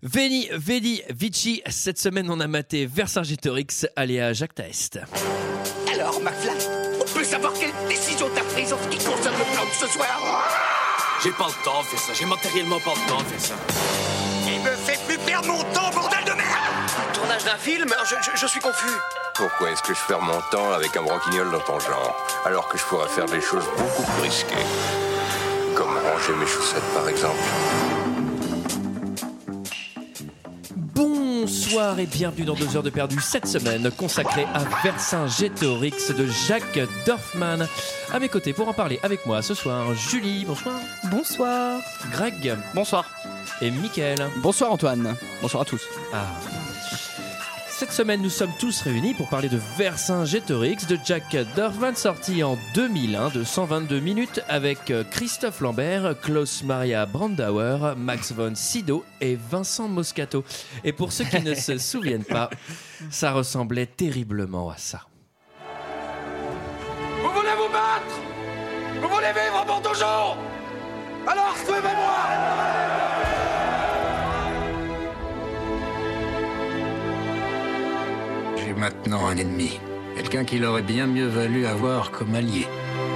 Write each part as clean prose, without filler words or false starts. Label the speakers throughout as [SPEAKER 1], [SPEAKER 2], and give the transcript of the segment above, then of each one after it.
[SPEAKER 1] Veni, Vedi, Vici, cette semaine on a maté Vercingétorix, alias Jacques Taest.
[SPEAKER 2] Alors, McFly, on peut savoir quelle décision t'as prise en ce qui concerne le plan de ce soir?
[SPEAKER 3] J'ai pas le temps de faire ça, j'ai matériellement pas le temps de faire ça.
[SPEAKER 2] Il me fait plus perdre mon temps, bordel de merde!
[SPEAKER 3] Tournage d'un film? Je suis confus.
[SPEAKER 4] Pourquoi est-ce que je perds mon temps avec un branquignol dans ton genre, alors que je pourrais faire des choses beaucoup plus risquées? Comme ranger mes chaussettes, par exemple.
[SPEAKER 1] Bonsoir et bienvenue dans 2 heures de perdu cette semaine consacrée à Vercingétorix de Jacques Dorfman. À mes côtés pour en parler avec moi ce soir, Julie, bonsoir.
[SPEAKER 5] Bonsoir.
[SPEAKER 1] Greg.
[SPEAKER 6] Bonsoir.
[SPEAKER 1] Et Mickaël.
[SPEAKER 6] Bonsoir Antoine. Bonsoir à tous.
[SPEAKER 1] Cette semaine, nous sommes tous réunis pour parler de Vercingétorix de Jacques Dorfman, sorti en 2001 de 122 minutes avec Christophe Lambert, Klaus Maria Brandauer, Max von Sydow et Vincent Moscato. Et pour ceux qui ne se souviennent pas, ça ressemblait terriblement à ça.
[SPEAKER 2] Vous voulez vous battre? Vous voulez vivre pour toujours? Alors suivez-moi!
[SPEAKER 7] J'ai maintenant un ennemi. Quelqu'un qu'il aurait bien mieux valu avoir comme allié.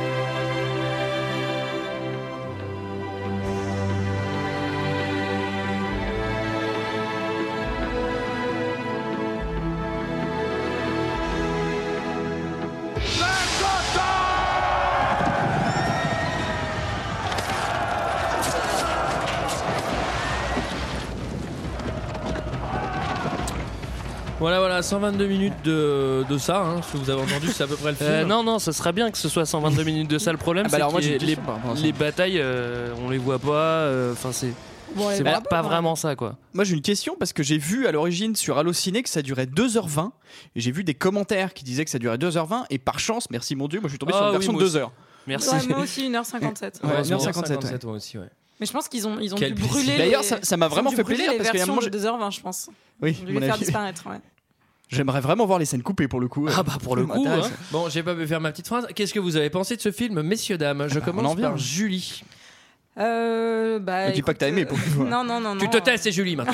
[SPEAKER 1] Voilà, 122 minutes de ça, hein, ce que vous avez entendu, c'est à peu près le film.
[SPEAKER 6] Non, ça serait bien que ce soit 122 minutes de ça. Le problème, c'est que les batailles, on les voit pas. Enfin, c'est pas vraiment ça, quoi.
[SPEAKER 8] Moi j'ai une question parce que j'ai vu à l'origine sur Allociné que ça durait 2h20 et j'ai vu des commentaires qui disaient que ça durait 2h20 et par chance, merci mon Dieu, moi je suis tombé sur une version de 2h.
[SPEAKER 6] Merci.
[SPEAKER 5] Ouais, moi aussi 1h57.
[SPEAKER 8] Ouais,
[SPEAKER 1] 1h57, moi aussi, ouais.
[SPEAKER 5] Mais je pense qu'ils ont dû
[SPEAKER 1] Quel
[SPEAKER 5] brûler.
[SPEAKER 1] plaisir.
[SPEAKER 8] D'ailleurs, ça m'a vraiment fait plaisir
[SPEAKER 5] les
[SPEAKER 8] parce qu'il y a un
[SPEAKER 5] versions
[SPEAKER 8] moment,
[SPEAKER 5] de 2h20, je pense.
[SPEAKER 8] oui,
[SPEAKER 5] Ils ont dû
[SPEAKER 8] mon
[SPEAKER 5] les faire
[SPEAKER 8] avis.
[SPEAKER 5] disparaître, ouais.
[SPEAKER 8] J'aimerais vraiment voir les scènes coupées pour le coup.
[SPEAKER 6] Ah bah pour le coup, hein.
[SPEAKER 1] Bon, j'ai pas pu faire ma petite phrase. Qu'est-ce que vous avez pensé de ce film, messieurs, dames? Je
[SPEAKER 8] on en
[SPEAKER 1] commence
[SPEAKER 8] vient.
[SPEAKER 1] par Julie.
[SPEAKER 8] Ne dis pas que t'as aimé pour une fois.
[SPEAKER 5] Non.
[SPEAKER 1] Tu te tais, c'est Julie maintenant.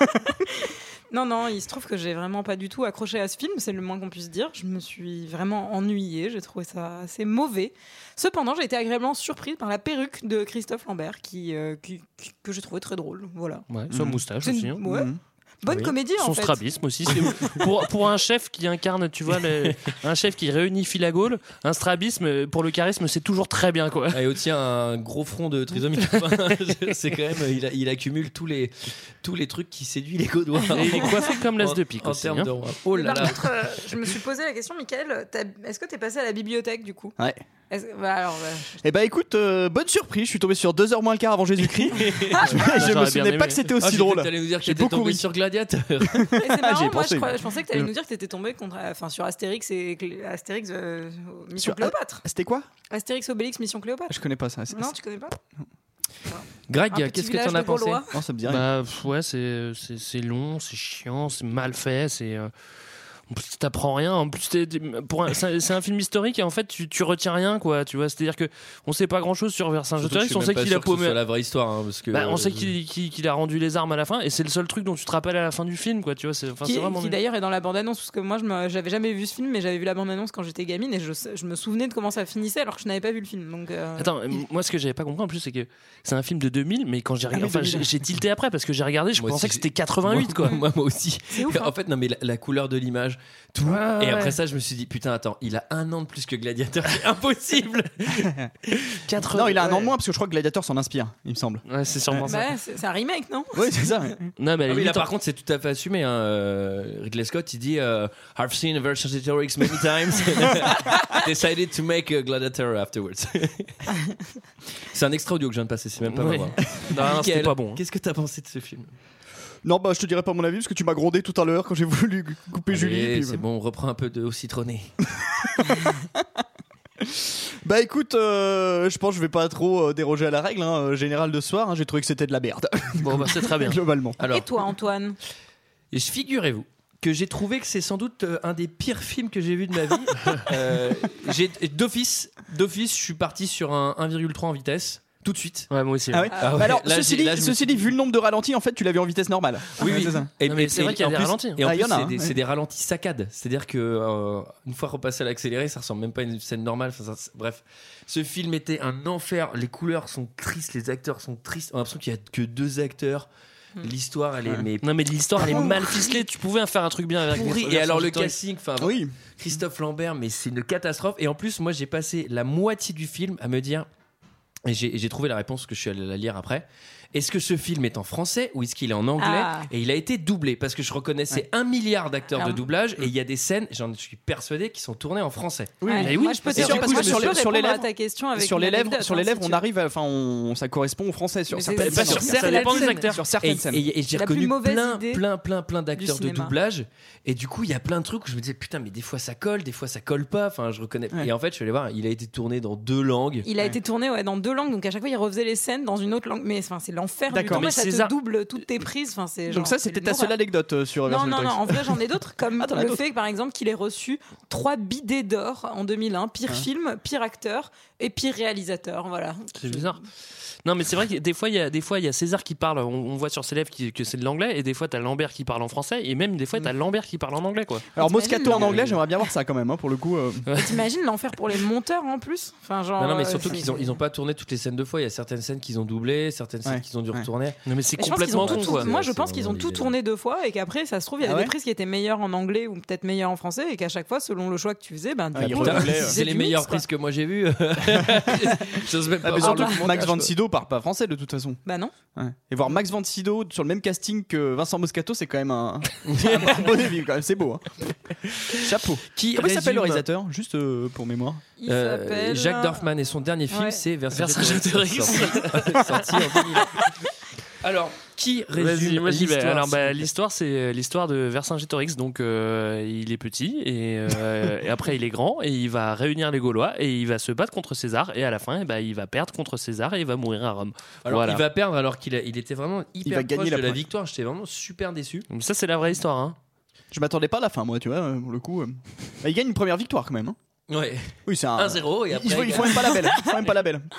[SPEAKER 5] Non, il se trouve que j'ai vraiment pas du tout accroché à ce film, c'est le moins qu'on puisse dire. Je me suis vraiment ennuyée, j'ai trouvé ça assez mauvais. Cependant, j'ai été agréablement surprise par la perruque de Christophe Lambert que j'ai trouvé très drôle. Voilà.
[SPEAKER 6] Ouais, sa moustache
[SPEAKER 5] C'est
[SPEAKER 6] aussi.
[SPEAKER 5] une-
[SPEAKER 6] Hein.
[SPEAKER 5] ouais. Bonne
[SPEAKER 1] Oui.
[SPEAKER 5] comédie en
[SPEAKER 6] Son
[SPEAKER 5] fait.
[SPEAKER 6] strabisme aussi. Pour un chef qui incarne, tu vois, un chef qui réunifie la Gaule, un strabisme pour le charisme, c'est toujours très bien, quoi.
[SPEAKER 1] Et aussi un gros front de trisomie. C'est quand même, il accumule tous les trucs qui séduisent les Gaudois.
[SPEAKER 6] Et il est coiffé comme l'as de pique
[SPEAKER 1] en
[SPEAKER 6] aussi.
[SPEAKER 1] termes
[SPEAKER 6] Hein.
[SPEAKER 1] de roi. Oh là
[SPEAKER 5] Par
[SPEAKER 1] là.
[SPEAKER 5] contre, je me suis posé la question, Mickaël, est-ce que t'es passé à la bibliothèque du coup?
[SPEAKER 8] Ouais.
[SPEAKER 5] Alors,
[SPEAKER 8] Et bah écoute, bonne surprise, je suis tombé sur 2h moins le quart avant Jésus-Christ. Je me
[SPEAKER 6] J'aurais bien
[SPEAKER 8] souvenais
[SPEAKER 6] aimé.
[SPEAKER 8] pas que c'était
[SPEAKER 1] Ah,
[SPEAKER 8] aussi
[SPEAKER 1] j'ai cru
[SPEAKER 8] drôle.
[SPEAKER 1] que t'allais nous dire que
[SPEAKER 8] J'ai
[SPEAKER 1] t'étais
[SPEAKER 8] beaucoup
[SPEAKER 1] tombé
[SPEAKER 8] ri.
[SPEAKER 1] sur Gladiateur.
[SPEAKER 5] et c'est marrant,
[SPEAKER 8] J'y ai
[SPEAKER 5] moi
[SPEAKER 8] pensé.
[SPEAKER 5] je pensais que t'allais nous dire que t'étais tombé sur Astérix et Mission
[SPEAKER 8] Sur-
[SPEAKER 5] Cléopâtre.
[SPEAKER 8] C'était quoi?
[SPEAKER 5] Astérix Obélix Mission Cléopâtre.
[SPEAKER 8] Je connais pas ça.
[SPEAKER 5] Non, tu connais pas?
[SPEAKER 1] Greg,
[SPEAKER 5] Un petit
[SPEAKER 1] qu'est-ce que
[SPEAKER 5] village
[SPEAKER 1] t'en as
[SPEAKER 5] de
[SPEAKER 1] pensé?
[SPEAKER 5] Gaulois.
[SPEAKER 8] Non, ça me dit rien.
[SPEAKER 6] Bah ouais, c'est long, c'est chiant, c'est mal fait, c'est en plus, t'apprends rien. En plus, c'est un film historique et en fait, tu retiens rien, quoi. Tu vois, c'est-à-dire que on sait pas grand-chose sur Vercingétorix. On sait qu'il a paumé.
[SPEAKER 1] C'est la vraie histoire, hein, parce que.
[SPEAKER 6] On sait qu'il a rendu les armes à la fin et c'est le seul truc dont tu te rappelles à la fin du film, quoi. Tu vois, c'est vraiment.
[SPEAKER 5] Qui d'ailleurs est dans la bande-annonce, parce que moi j'avais jamais vu ce film, mais j'avais vu la bande-annonce quand j'étais gamine et je me souvenais de comment ça finissait alors que je n'avais pas vu le film. Donc,
[SPEAKER 6] Attends, moi ce que j'avais pas compris en plus, c'est que c'est un film de 2000, mais quand j'ai regardé, enfin, j'ai tilté après parce que j'ai regardé, je
[SPEAKER 1] Moi
[SPEAKER 6] pensais
[SPEAKER 1] aussi,
[SPEAKER 6] que c'était 88, quoi.
[SPEAKER 1] Moi aussi.
[SPEAKER 5] C'est ouf, hein.
[SPEAKER 1] En fait, non, mais la couleur de l'image, tout.
[SPEAKER 6] Ouais,
[SPEAKER 1] Et après
[SPEAKER 6] ouais.
[SPEAKER 1] ça, je me suis dit, putain, attends, il a 1 an de plus que Gladiateur, c'est impossible.
[SPEAKER 8] Non, il a un an de moins parce que je crois que Gladiator s'en inspire, il me semble.
[SPEAKER 6] Ouais, c'est sûrement ça.
[SPEAKER 5] bah, c'est un remake, non?
[SPEAKER 8] Oui, c'est ça. ouais.
[SPEAKER 6] Non, mais à la
[SPEAKER 1] Ah oui,
[SPEAKER 6] limite,
[SPEAKER 1] là, par contre, c'est tout à fait assumé. Hein. Ridley Scott, il dit I've seen Vercingétorix many times. Decided to make a Gladiator afterwards. C'est un extra audio que je viens de passer, c'est même pas
[SPEAKER 6] Oui.
[SPEAKER 1] ma voix.
[SPEAKER 6] non, c'était
[SPEAKER 1] Mickaël,
[SPEAKER 6] pas bon.
[SPEAKER 1] Qu'est-ce que t'as pensé de ce film?
[SPEAKER 8] Non, bah je te dirai pas mon avis parce que tu m'as grondé tout à l'heure quand j'ai voulu couper Julie.
[SPEAKER 1] Allez,
[SPEAKER 8] puis,
[SPEAKER 1] c'est bon, on reprend un peu de au citronné.
[SPEAKER 8] Bah écoute, je pense que je vais pas trop déroger à la règle générale de ce soir. J'ai trouvé que c'était de la merde.
[SPEAKER 6] Bon, bah, c'est très bien.
[SPEAKER 8] Globalement.
[SPEAKER 1] Alors,
[SPEAKER 5] Et toi, Antoine?
[SPEAKER 1] figurez-vous que j'ai trouvé que c'est sans doute un des pires films que j'ai vu de ma vie. D'office, je suis parti sur un 1,3 en vitesse. tout de suite.
[SPEAKER 6] Ouais, moi aussi.
[SPEAKER 8] Ah ouais.
[SPEAKER 1] Ah ouais,
[SPEAKER 8] Bah alors,
[SPEAKER 1] là,
[SPEAKER 8] ceci
[SPEAKER 1] là, je me
[SPEAKER 8] dit, vu le nombre de ralentis, en fait, tu l'as vu en vitesse normale.
[SPEAKER 1] Oui,
[SPEAKER 8] Ouais,
[SPEAKER 1] oui.
[SPEAKER 8] c'est ça.
[SPEAKER 1] Et,
[SPEAKER 6] Non, mais c'est vrai qu'il y a
[SPEAKER 1] en
[SPEAKER 6] des
[SPEAKER 1] plus-
[SPEAKER 6] ralentis.
[SPEAKER 1] Et en
[SPEAKER 8] Ah, il y
[SPEAKER 1] plus,
[SPEAKER 8] en a,
[SPEAKER 1] c'est
[SPEAKER 8] hein,
[SPEAKER 1] des,
[SPEAKER 8] ouais.
[SPEAKER 1] c'est des ralentis saccades. C'est-à-dire que une fois repassé à l'accéléré, ça ressemble même pas à une scène normale. Enfin, bref, ce film était un enfer. Les couleurs sont tristes, les acteurs sont tristes. On a l'impression qu'il y a que 2 acteurs. L'histoire, elle est mais
[SPEAKER 6] Non, mais l'histoire, elle est mal ficelée. Tu pouvais faire un truc bien avec
[SPEAKER 1] pourrie.
[SPEAKER 6] des
[SPEAKER 1] Et alors le
[SPEAKER 6] Vercingétorix.
[SPEAKER 1] casting, enfin
[SPEAKER 8] Oui.
[SPEAKER 1] Christophe Lambert, mais c'est une catastrophe. Et en plus, moi, j'ai passé la moitié du film à me dire, et j'ai trouvé la réponse que je suis allé la lire après. Est-ce que ce film est en français ou est-ce qu'il est en anglais?
[SPEAKER 5] Ah.
[SPEAKER 1] Et il a été doublé parce que je reconnaissais 1 milliard d'acteurs de
[SPEAKER 5] Alors-
[SPEAKER 1] doublage et il y a des scènes, j'en suis persuadé, qui sont tournées en français.
[SPEAKER 5] Ouais.
[SPEAKER 6] mais oui,
[SPEAKER 5] Moi, je peux
[SPEAKER 8] c'est
[SPEAKER 5] te
[SPEAKER 8] sûr,
[SPEAKER 5] dire,
[SPEAKER 8] parce
[SPEAKER 5] moi,
[SPEAKER 8] que
[SPEAKER 5] je
[SPEAKER 8] sur
[SPEAKER 5] peux
[SPEAKER 8] les- sur les
[SPEAKER 5] répondre à
[SPEAKER 8] lèvres-
[SPEAKER 5] ta question avec
[SPEAKER 8] Sur
[SPEAKER 5] une
[SPEAKER 8] les lèvres,
[SPEAKER 5] anecdote,
[SPEAKER 8] sur les
[SPEAKER 5] hein,
[SPEAKER 8] lèvres,
[SPEAKER 5] si
[SPEAKER 8] on
[SPEAKER 5] tu
[SPEAKER 8] arrive, ça correspond au français sur
[SPEAKER 5] Mais
[SPEAKER 8] certaines
[SPEAKER 5] c'est-
[SPEAKER 8] scènes.
[SPEAKER 5] c'est-
[SPEAKER 6] Ça dépend des
[SPEAKER 5] scènes.
[SPEAKER 6] acteurs.
[SPEAKER 8] Sur
[SPEAKER 1] Et,
[SPEAKER 8] certaines scènes.
[SPEAKER 1] et j'ai
[SPEAKER 5] La plus
[SPEAKER 1] reconnu
[SPEAKER 5] mauvaise idée
[SPEAKER 1] plein d'acteurs
[SPEAKER 5] du
[SPEAKER 1] de
[SPEAKER 5] cinéma.
[SPEAKER 1] doublage et du coup il y a plein de trucs où je me disais putain mais des fois ça colle, des fois ça colle pas, enfin je reconnais.
[SPEAKER 8] Ouais.
[SPEAKER 1] Et en fait je suis allé voir, il a été tourné dans 2 langues.
[SPEAKER 5] Il a été tourné dans 2 langues, donc à chaque fois il refaisait les scènes dans une autre langue. Mais enfin, c'est l'enfer du
[SPEAKER 8] D'accord.
[SPEAKER 5] tournage,
[SPEAKER 6] Mais
[SPEAKER 5] ça
[SPEAKER 6] César-
[SPEAKER 5] te double toutes tes prises. Enfin, c'est
[SPEAKER 8] Donc
[SPEAKER 5] genre,
[SPEAKER 8] ça,
[SPEAKER 5] c'est
[SPEAKER 8] c'était ta
[SPEAKER 5] l'horreur.
[SPEAKER 8] seule anecdote sur
[SPEAKER 5] Non, non,
[SPEAKER 8] Vercingétorix.
[SPEAKER 5] non, en vrai j'en ai d'autres, comme
[SPEAKER 8] Ah, t'en as
[SPEAKER 5] le
[SPEAKER 8] d'autres.
[SPEAKER 5] fait par exemple qu'il ait reçu 3 bidets d'or en 2001, pire film, pire acteur et pire réalisateur, voilà.
[SPEAKER 6] C'est bizarre. Non, mais c'est vrai que des fois, il y a César qui parle. On voit sur ses lèvres que c'est de l'anglais, et des fois, t'as Lambert qui parle en français, et même des fois, t'as Lambert qui parle en anglais, quoi.
[SPEAKER 8] Alors
[SPEAKER 5] T'imagines,
[SPEAKER 8] Moscato en
[SPEAKER 5] non,
[SPEAKER 8] anglais, j'aimerais bien voir ça quand même, hein, pour le coup.
[SPEAKER 5] Et t'imagines l'enfer pour les monteurs en plus, enfin genre.
[SPEAKER 1] Non mais surtout
[SPEAKER 5] c'est-
[SPEAKER 1] qu'ils ont pas tourné toutes les scènes 2 fois, il y a certaines scènes qu'ils ont doublées, certaines scènes
[SPEAKER 8] Ouais.
[SPEAKER 1] qu'ils ont dû
[SPEAKER 8] Ouais.
[SPEAKER 1] retourner.
[SPEAKER 6] Non, mais c'est
[SPEAKER 5] Mais je pense qu'ils ont
[SPEAKER 6] complètement
[SPEAKER 5] tout
[SPEAKER 6] con, quoi.
[SPEAKER 5] Moi, je
[SPEAKER 1] C'est
[SPEAKER 5] pense qu'ils ont
[SPEAKER 1] vraiment
[SPEAKER 5] tout
[SPEAKER 1] des-
[SPEAKER 5] tourné 2 fois et qu'après, ça se trouve, il y
[SPEAKER 8] Ah
[SPEAKER 5] avait
[SPEAKER 8] ouais
[SPEAKER 5] des prises qui étaient meilleures en anglais ou peut-être meilleures en français et qu'à chaque fois, selon le choix que tu faisais, ben,
[SPEAKER 8] Ah,
[SPEAKER 5] du
[SPEAKER 8] ils
[SPEAKER 5] coup,
[SPEAKER 8] renouvelaient,
[SPEAKER 5] ils
[SPEAKER 8] ouais.
[SPEAKER 5] faisaient
[SPEAKER 1] C'est les
[SPEAKER 5] du
[SPEAKER 1] meilleures
[SPEAKER 5] mix, quoi.
[SPEAKER 1] prises que moi j'ai vues. J'ose même pas
[SPEAKER 8] Ah, mais
[SPEAKER 1] voir
[SPEAKER 8] surtout,
[SPEAKER 1] le
[SPEAKER 8] Max
[SPEAKER 1] montage,
[SPEAKER 8] von
[SPEAKER 1] quoi.
[SPEAKER 8] Sydow parle pas français de toute façon.
[SPEAKER 5] Bah non.
[SPEAKER 8] Ouais. Et voir Max von Sydow sur le même casting que Vincent Moscato, c'est quand même un bon début, quand même. C'est beau. Hein. Chapeau.
[SPEAKER 1] Qui
[SPEAKER 8] Comment il s'appelle le
[SPEAKER 1] résume-
[SPEAKER 8] réalisateur Juste pour mémoire.
[SPEAKER 5] Il s'appelle.
[SPEAKER 1] Jacques Dorfman et son dernier film
[SPEAKER 5] Ouais.
[SPEAKER 1] c'est
[SPEAKER 6] Vercingétorix.
[SPEAKER 1] sorti en 2000. Alors, qui
[SPEAKER 6] Vas-y,
[SPEAKER 1] résume
[SPEAKER 6] moi j'y vais.
[SPEAKER 1] l'histoire
[SPEAKER 6] Alors,
[SPEAKER 1] s'il vous plaît
[SPEAKER 6] l'histoire, c'est l'histoire de Vercingétorix. Donc, il est petit et après, il est grand et il va réunir les Gaulois et il va se battre contre César. Et à la fin, il va perdre contre César et il va mourir à Rome.
[SPEAKER 1] Alors
[SPEAKER 6] Voilà.
[SPEAKER 1] il va perdre alors il était vraiment hyper
[SPEAKER 8] va gagner
[SPEAKER 1] proche
[SPEAKER 8] la
[SPEAKER 1] de la
[SPEAKER 8] première.
[SPEAKER 1] victoire. J'étais vraiment super déçu.
[SPEAKER 6] Donc ça, c'est la vraie histoire. Hein.
[SPEAKER 8] Je m'attendais pas à la fin, moi, tu vois, pour le coup. Bah, il gagne une première victoire quand même. Hein.
[SPEAKER 1] Ouais.
[SPEAKER 8] Oui, c'est un.
[SPEAKER 1] 1-0 et après.
[SPEAKER 8] Il faut même pas la belle. Il faut même pas la belle.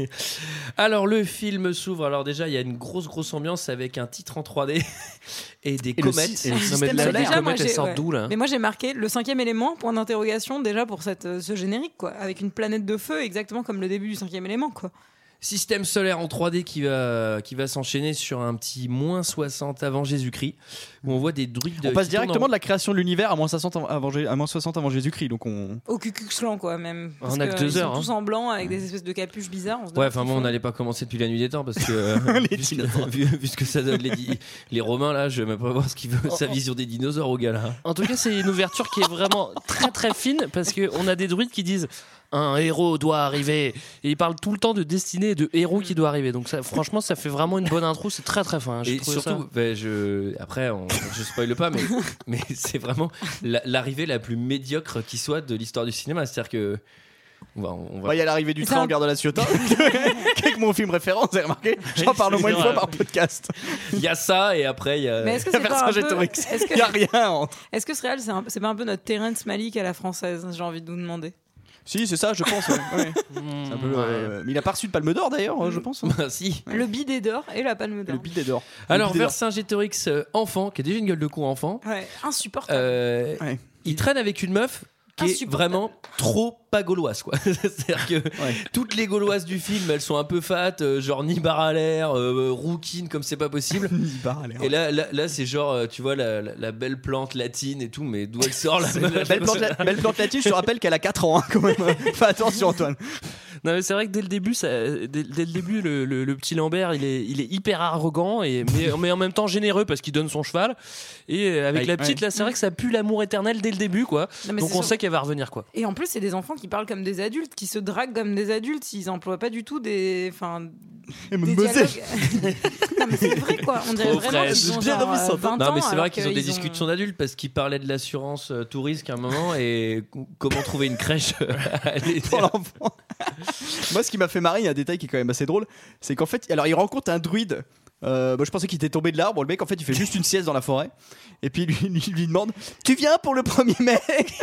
[SPEAKER 1] Alors le film s'ouvre. Alors déjà il y a une grosse ambiance avec un titre en 3D et des
[SPEAKER 8] Et le
[SPEAKER 1] comètes.
[SPEAKER 8] si- et le
[SPEAKER 6] Non, mais
[SPEAKER 8] système
[SPEAKER 6] là,
[SPEAKER 8] solaire.
[SPEAKER 6] les
[SPEAKER 5] Déjà, moi,
[SPEAKER 6] comètes, elles
[SPEAKER 5] j'ai-
[SPEAKER 6] sortent
[SPEAKER 5] ouais.
[SPEAKER 6] d'où, là?
[SPEAKER 5] Mais moi j'ai marqué le 5e élément, point d'interrogation déjà pour ce générique quoi, avec une planète de feu exactement comme le début du 5e élément quoi.
[SPEAKER 1] Système solaire en 3D qui va s'enchaîner sur un petit moins 60 avant Jésus-Christ où on voit des druides.
[SPEAKER 8] On passe
[SPEAKER 1] qui tournent
[SPEAKER 8] directement
[SPEAKER 1] en-
[SPEAKER 8] de la création de l'univers à moins 60 avant Jésus-Christ. Donc on.
[SPEAKER 5] Au Cucuxlan quoi même.
[SPEAKER 6] On
[SPEAKER 5] Parce
[SPEAKER 6] a que
[SPEAKER 5] que
[SPEAKER 6] 2
[SPEAKER 5] ils sont
[SPEAKER 6] heures, hein.
[SPEAKER 5] tous en blanc avec des espèces de capuches bizarres. On se
[SPEAKER 1] Ouais,
[SPEAKER 5] demande
[SPEAKER 1] enfin
[SPEAKER 5] ce
[SPEAKER 1] bon,
[SPEAKER 5] qu'ils
[SPEAKER 1] on
[SPEAKER 5] font.
[SPEAKER 1] n'allait pas commencer depuis la nuit des temps parce que
[SPEAKER 8] Les
[SPEAKER 1] vu, ce
[SPEAKER 8] dinosaures.
[SPEAKER 1] que vu ce que ça donne les Romains là, je vais même pas voir ce qu'il veut, sa vision des dinosaures au gars là.
[SPEAKER 6] En tout cas, c'est une ouverture qui est vraiment très fine parce qu'on a des druides qui disent un héros doit arriver et ils parlent tout le temps de destinée et de héros qui doit arriver. Donc ça, franchement, ça fait vraiment une bonne intro. C'est très fin. J'ai
[SPEAKER 1] Et
[SPEAKER 6] trouvé
[SPEAKER 1] surtout,
[SPEAKER 6] ça.
[SPEAKER 1] ben, après, je spoile pas, mais c'est vraiment l'arrivée la plus médiocre qui soit de l'histoire du cinéma. C'est-à-dire que on va
[SPEAKER 8] Il y a l'arrivée du
[SPEAKER 5] C'est
[SPEAKER 8] train
[SPEAKER 5] un-
[SPEAKER 8] en gare de la Ciotat, qui est mon film référence, vous avez remarqué. J'en parle au moins une
[SPEAKER 6] C'est
[SPEAKER 8] fois
[SPEAKER 6] vrai.
[SPEAKER 8] par podcast.
[SPEAKER 1] il y a ça et après il y a.
[SPEAKER 5] Mais est-ce que c'est pas un peu...
[SPEAKER 8] Vercingétorix.
[SPEAKER 5] Est-ce
[SPEAKER 8] Il n'y a
[SPEAKER 5] que...
[SPEAKER 8] rien entre.
[SPEAKER 5] est-ce que ce réel c'est pas un peu notre Terrence Malick à la française, j'ai envie de vous demander.
[SPEAKER 8] Si, c'est ça, je pense. Ouais. C'est un peu, mais il a pas reçu de Palme d'Or d'ailleurs, je pense.
[SPEAKER 1] Bah, si.
[SPEAKER 5] Le bidet d'or et la palme d'or.
[SPEAKER 8] Le bidet d'or.
[SPEAKER 1] Alors
[SPEAKER 8] Le bidet d'or.
[SPEAKER 1] Vercingétorix enfant, qui a déjà une gueule de con enfant,
[SPEAKER 5] Ouais, insupportable.
[SPEAKER 8] Ouais.
[SPEAKER 1] il traîne avec une meuf qui est
[SPEAKER 5] Insupportable.
[SPEAKER 1] vraiment trop pas gauloise quoi. C'est-à-dire que toutes les gauloises du film elles sont un peu fat, genre Nibar à l'air, rouquine comme c'est pas possible. Et là c'est genre tu vois la belle plante latine et tout, mais d'où elle sort la meuf
[SPEAKER 8] Belle plante latine, je te rappelle qu'elle a 4 ans hein, quand même. Fais attention Antoine.
[SPEAKER 6] Non, mais c'est vrai que dès le début, dès le début, le petit Lambert, il est hyper arrogant mais en même temps généreux parce qu'il donne son cheval. Et avec la petite, là, c'est vrai que ça pue l'amour éternel dès le début, quoi.
[SPEAKER 5] Non, mais
[SPEAKER 6] Donc
[SPEAKER 5] c'est
[SPEAKER 6] on
[SPEAKER 5] sûr.
[SPEAKER 6] sait qu'elle va revenir, quoi.
[SPEAKER 5] Et en plus, c'est des enfants qui parlent comme des adultes, qui se draguent comme des adultes. Ils emploient pas du tout des
[SPEAKER 8] me
[SPEAKER 5] dialogues. Non, mais c'est vrai quoi. On dirait
[SPEAKER 6] Trop
[SPEAKER 5] vraiment
[SPEAKER 6] fraîche.
[SPEAKER 5] qu'ils ont
[SPEAKER 8] Bien
[SPEAKER 5] genre,
[SPEAKER 8] revu ça.
[SPEAKER 5] 20
[SPEAKER 1] Non
[SPEAKER 5] ans.
[SPEAKER 1] mais c'est
[SPEAKER 5] alors
[SPEAKER 1] vrai qu'ils ont des
[SPEAKER 5] qu'ils
[SPEAKER 1] discussions d'adultes parce qu'ils parlaient de l'assurance tout risque à un moment et comment trouver une crèche à l'été.
[SPEAKER 8] Pour l'enfant. Moi, ce qui m'a fait marrer, il y a un détail qui est quand même assez drôle, c'est qu'en fait, alors il rencontre un druide Je pensais qu'il était tombé de l'arbre. Le mec, en fait, il fait juste une sieste dans la forêt. Et puis il lui demande tu viens pour le 1er mai?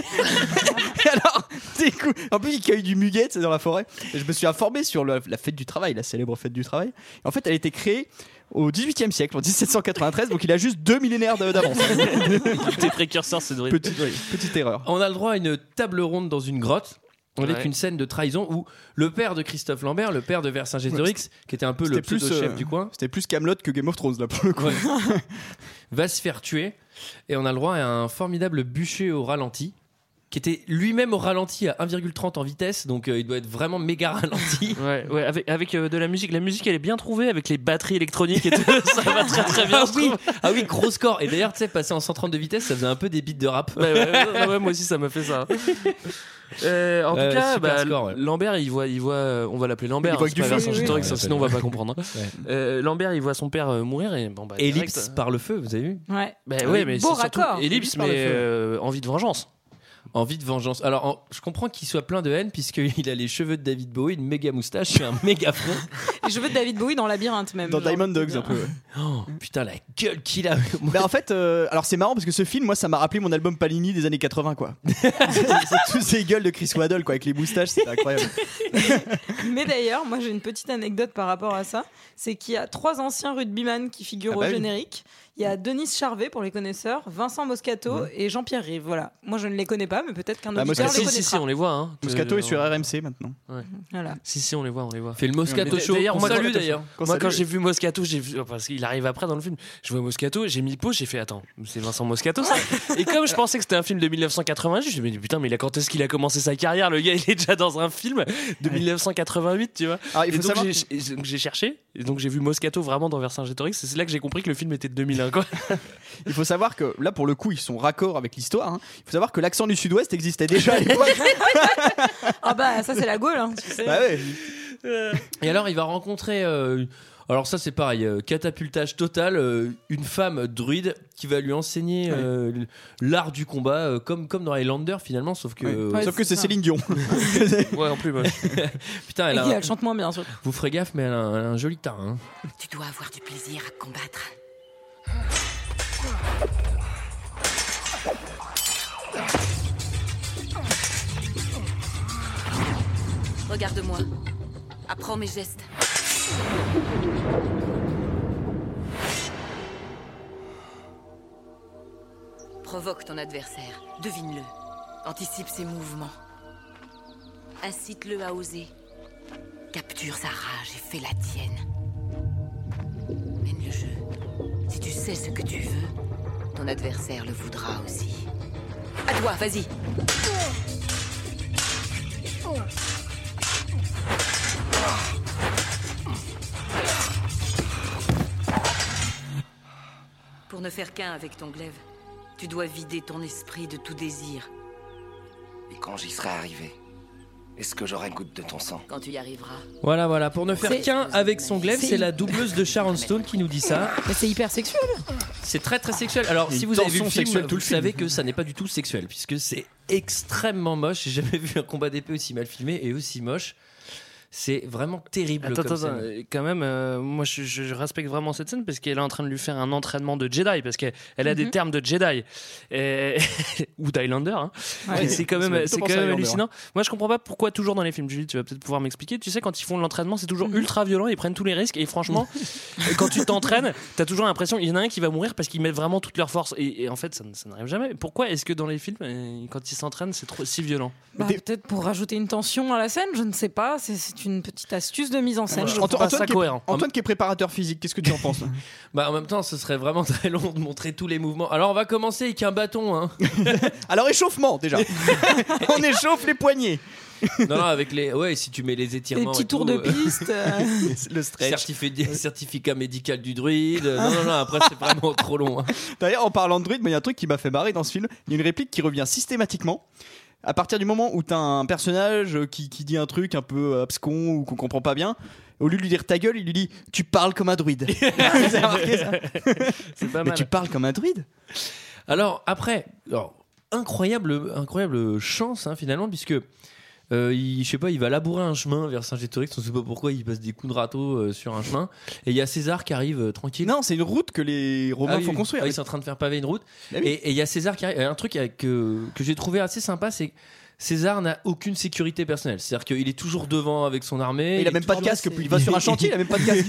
[SPEAKER 8] Et alors, du coup, en plus, il cueille du muguet dans la forêt. Et je me suis informé sur la fête du travail, la célèbre fête du travail. Et en fait, elle a été créée au 18e siècle, en 1793. Donc il a juste 2 millénaires d'avance.
[SPEAKER 6] Il était précurseur, c'est vrai.
[SPEAKER 8] Petite erreur.
[SPEAKER 1] On a le droit à une table ronde dans une grotte. Avec une scène de trahison où le père de Christophe Lambert, le père de Vercingétorix, qui était un peu le pseudo-chef du coin,
[SPEAKER 8] c'était plus Kaamelott que Game of Thrones là pour le coup,
[SPEAKER 1] va se faire tuer. Et on a le droit à un formidable bûcher au ralenti, qui était lui-même au ralenti à 1,30 en vitesse, donc il doit être vraiment méga ralenti.
[SPEAKER 6] Ouais, avec de la musique. La musique, elle est bien trouvée avec les batteries électroniques et tout. Ça va très très bien.
[SPEAKER 1] Ah oui, gros score. Et d'ailleurs, tu sais, passer en 130 de vitesse, ça faisait un peu des beats de rap.
[SPEAKER 6] Ouais, moi aussi, ça m'a fait ça. En tout cas,
[SPEAKER 1] score,
[SPEAKER 6] Lambert, il voit, on va l'appeler Lambert.
[SPEAKER 8] Il voit que du feu,
[SPEAKER 6] sinon on va pas comprendre. Lambert, il voit son père mourir et
[SPEAKER 1] Ellipse
[SPEAKER 6] direct,
[SPEAKER 1] par le feu, vous avez vu?
[SPEAKER 5] Ouais.
[SPEAKER 6] Mais
[SPEAKER 5] beau
[SPEAKER 6] c'est surtout
[SPEAKER 5] raccord.
[SPEAKER 6] Ellipse, mais envie de vengeance.
[SPEAKER 1] Envie de vengeance. Alors, je comprends qu'il soit plein de haine, puisqu'il a les cheveux de David Bowie, une méga moustache et un méga front.
[SPEAKER 5] Les cheveux de David Bowie dans Labyrinthe, même.
[SPEAKER 8] Dans Diamond Dogs, un peu. Ouais.
[SPEAKER 1] Oh, putain, la gueule qu'il a.
[SPEAKER 8] Mais en fait, alors c'est marrant parce que ce film, moi, ça m'a rappelé mon album Palini des années 80, quoi. c'est tous ces gueules de Chris Waddle, quoi, avec les moustaches, c'est incroyable.
[SPEAKER 5] Mais d'ailleurs, moi, j'ai une petite anecdote par rapport à ça. C'est qu'il y a 3 anciens rugbyman qui figurent au générique. Il y a Denis Charvet pour les connaisseurs, Vincent Moscato et Jean-Pierre Rive. Voilà. Moi, je ne les connais pas, mais peut-être qu'un auditeur les connaîtra.
[SPEAKER 6] Si, on les voit. Hein.
[SPEAKER 8] Moscato est sur RMC maintenant.
[SPEAKER 6] Ouais.
[SPEAKER 5] Voilà.
[SPEAKER 6] Si, on les voit.
[SPEAKER 1] Fait le Moscato Show.
[SPEAKER 6] D'ailleurs, moi,
[SPEAKER 8] quand
[SPEAKER 6] j'ai vu Moscato, parce qu'il arrive après dans le film, je vois Moscato, j'ai mis pause, j'ai fait attends, c'est Vincent Moscato ça. Et comme je pensais que c'était un film de 1988, je me dis putain, mais quand est-ce qu'il a commencé sa carrière? Le gars, il est déjà dans un film de 1988, tu vois.
[SPEAKER 8] Alors, il faut savoir...
[SPEAKER 6] j'ai cherché, et donc j'ai vu Moscato vraiment dans Vercingétorix, et c'est là que j'ai compris que le film était de 2001, quoi.
[SPEAKER 8] Il faut savoir que là, pour le coup, ils sont raccords avec l'histoire. Hein. Il faut savoir que l'accent du Sud-Ouest existait déjà à l'époque.
[SPEAKER 5] Ah bah ça c'est la Gaule, hein, tu sais.
[SPEAKER 8] Bah ouais.
[SPEAKER 1] Et alors, il va rencontrer. Alors ça c'est pareil, catapultage total, une femme druide qui va lui enseigner l'art du combat, comme dans Highlander finalement, sauf que
[SPEAKER 8] sauf que c'est Céline Dion.
[SPEAKER 6] Ouais, en plus moche.
[SPEAKER 1] Putain,
[SPEAKER 5] elle chante moins bien surtout.
[SPEAKER 1] Vous ferez gaffe, mais elle a un joli teint. Hein.
[SPEAKER 9] Tu dois avoir du plaisir à combattre. Regarde-moi. Apprends mes gestes. Provoque ton adversaire. Devine-le. Anticipe ses mouvements. Incite-le à oser. Capture sa rage et fais la tienne. Mène le jeu. Si tu sais ce que tu veux, ton adversaire le voudra aussi. À toi, vas-y. Pour ne faire qu'un avec ton glaive, tu dois vider ton esprit de tout désir.
[SPEAKER 3] Et quand j'y serai arrivé, est-ce que j'aurai goutte de ton sang?
[SPEAKER 9] Quand tu y arriveras.
[SPEAKER 1] Voilà, pour ne faire qu'un avec son glaive, c'est la doubleuse de Sharon Stone qui nous dit ça.
[SPEAKER 5] Mais c'est hyper sexuel.
[SPEAKER 1] C'est très très sexuel. Alors si vous avez vu le film, vous savez que ça n'est pas du tout sexuel, puisque c'est extrêmement moche. J'ai jamais vu un combat d'épée aussi mal filmé et aussi moche. C'est vraiment terrible.
[SPEAKER 6] Attends, quand même, moi je respecte vraiment cette scène parce qu'elle est en train de lui faire un entraînement de Jedi, parce qu'elle a des termes de Jedi ou d'Highlander. Hein. Ouais, c'est quand même hallucinant. Moi je comprends pas pourquoi toujours dans les films. Julie, tu vas peut-être pouvoir m'expliquer. Tu sais, quand ils font l'entraînement, c'est toujours ultra violent, ils prennent tous les risques et franchement, quand tu t'entraînes, t'as toujours l'impression qu'il y en a un qui va mourir parce qu'ils mettent vraiment toute leur force et en fait ça n'arrive jamais. Pourquoi est-ce que dans les films, quand ils s'entraînent, c'est si violent?
[SPEAKER 5] Peut-être pour rajouter une tension à la scène, je ne sais pas. C'est une petite astuce de mise en scène.
[SPEAKER 8] Antoine qui est préparateur physique, qu'est-ce que tu en penses?
[SPEAKER 1] En même temps, ce serait vraiment très long de montrer tous les mouvements. Alors, on va commencer avec un bâton. Hein.
[SPEAKER 8] Alors, échauffement déjà. On échauffe les poignets.
[SPEAKER 1] Non, avec les. Ouais, si tu mets les étirements.
[SPEAKER 5] Les petits tours de piste.
[SPEAKER 8] Le stretch.
[SPEAKER 1] Certificat médical du druide. Non, après, c'est vraiment trop long. Hein.
[SPEAKER 8] D'ailleurs, en parlant de druide, il y a un truc qui m'a fait marrer dans ce film. Il y a une réplique qui revient systématiquement. À partir du moment où t'as un personnage qui dit un truc un peu abscon ou qu'on comprend pas bien, au lieu de lui dire ta gueule, il lui dit tu parles comme un druide. Vous avez remarqué ça?
[SPEAKER 6] C'est pas mal.
[SPEAKER 8] Mais tu parles comme un druide.
[SPEAKER 1] Alors après, incroyable chance hein, finalement, puisque je sais pas, il va labourer un chemin vers Saint-Gétorix, on sait pas pourquoi, il passe des coups de râteau sur un chemin, et il y a César qui arrive tranquille.
[SPEAKER 8] Non, c'est une route que les Romains font construire.
[SPEAKER 1] Ils sont en train de faire paver une route,
[SPEAKER 8] Ah oui.
[SPEAKER 1] et il y a César qui arrive. Un truc que j'ai trouvé assez sympa, c'est que César n'a aucune sécurité personnelle, c'est-à-dire qu'il est toujours devant avec son armée.
[SPEAKER 8] Mais il a même pas de casque, puis il va sur un chantier, il a même pas de casque.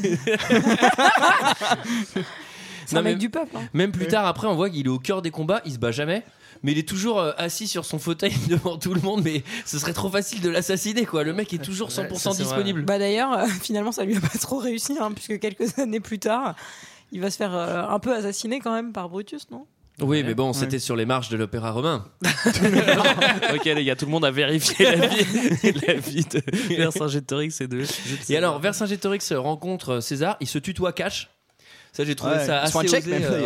[SPEAKER 5] C'est un mec du peuple.
[SPEAKER 1] Même plus tard, après, on voit qu'il est au cœur des combats, il se bat jamais. Mais il est toujours assis sur son fauteuil devant tout le monde. Mais ce serait trop facile de l'assassiner, quoi. Le mec est toujours 100% disponible.
[SPEAKER 5] Bah d'ailleurs, finalement, ça lui a pas trop réussi, puisque quelques années plus tard, il va se faire un peu assassiner quand même par Brutus, non ?
[SPEAKER 1] Oui, mais bon, c'était sur les marches de l'Opéra romain.
[SPEAKER 6] Ok, les gars, tout le monde a vérifié la vie de Vercingétorix et de.
[SPEAKER 1] Et alors, Vercingétorix rencontre César, il se tutoie cash. Ça, j'ai trouvé ça assez osé.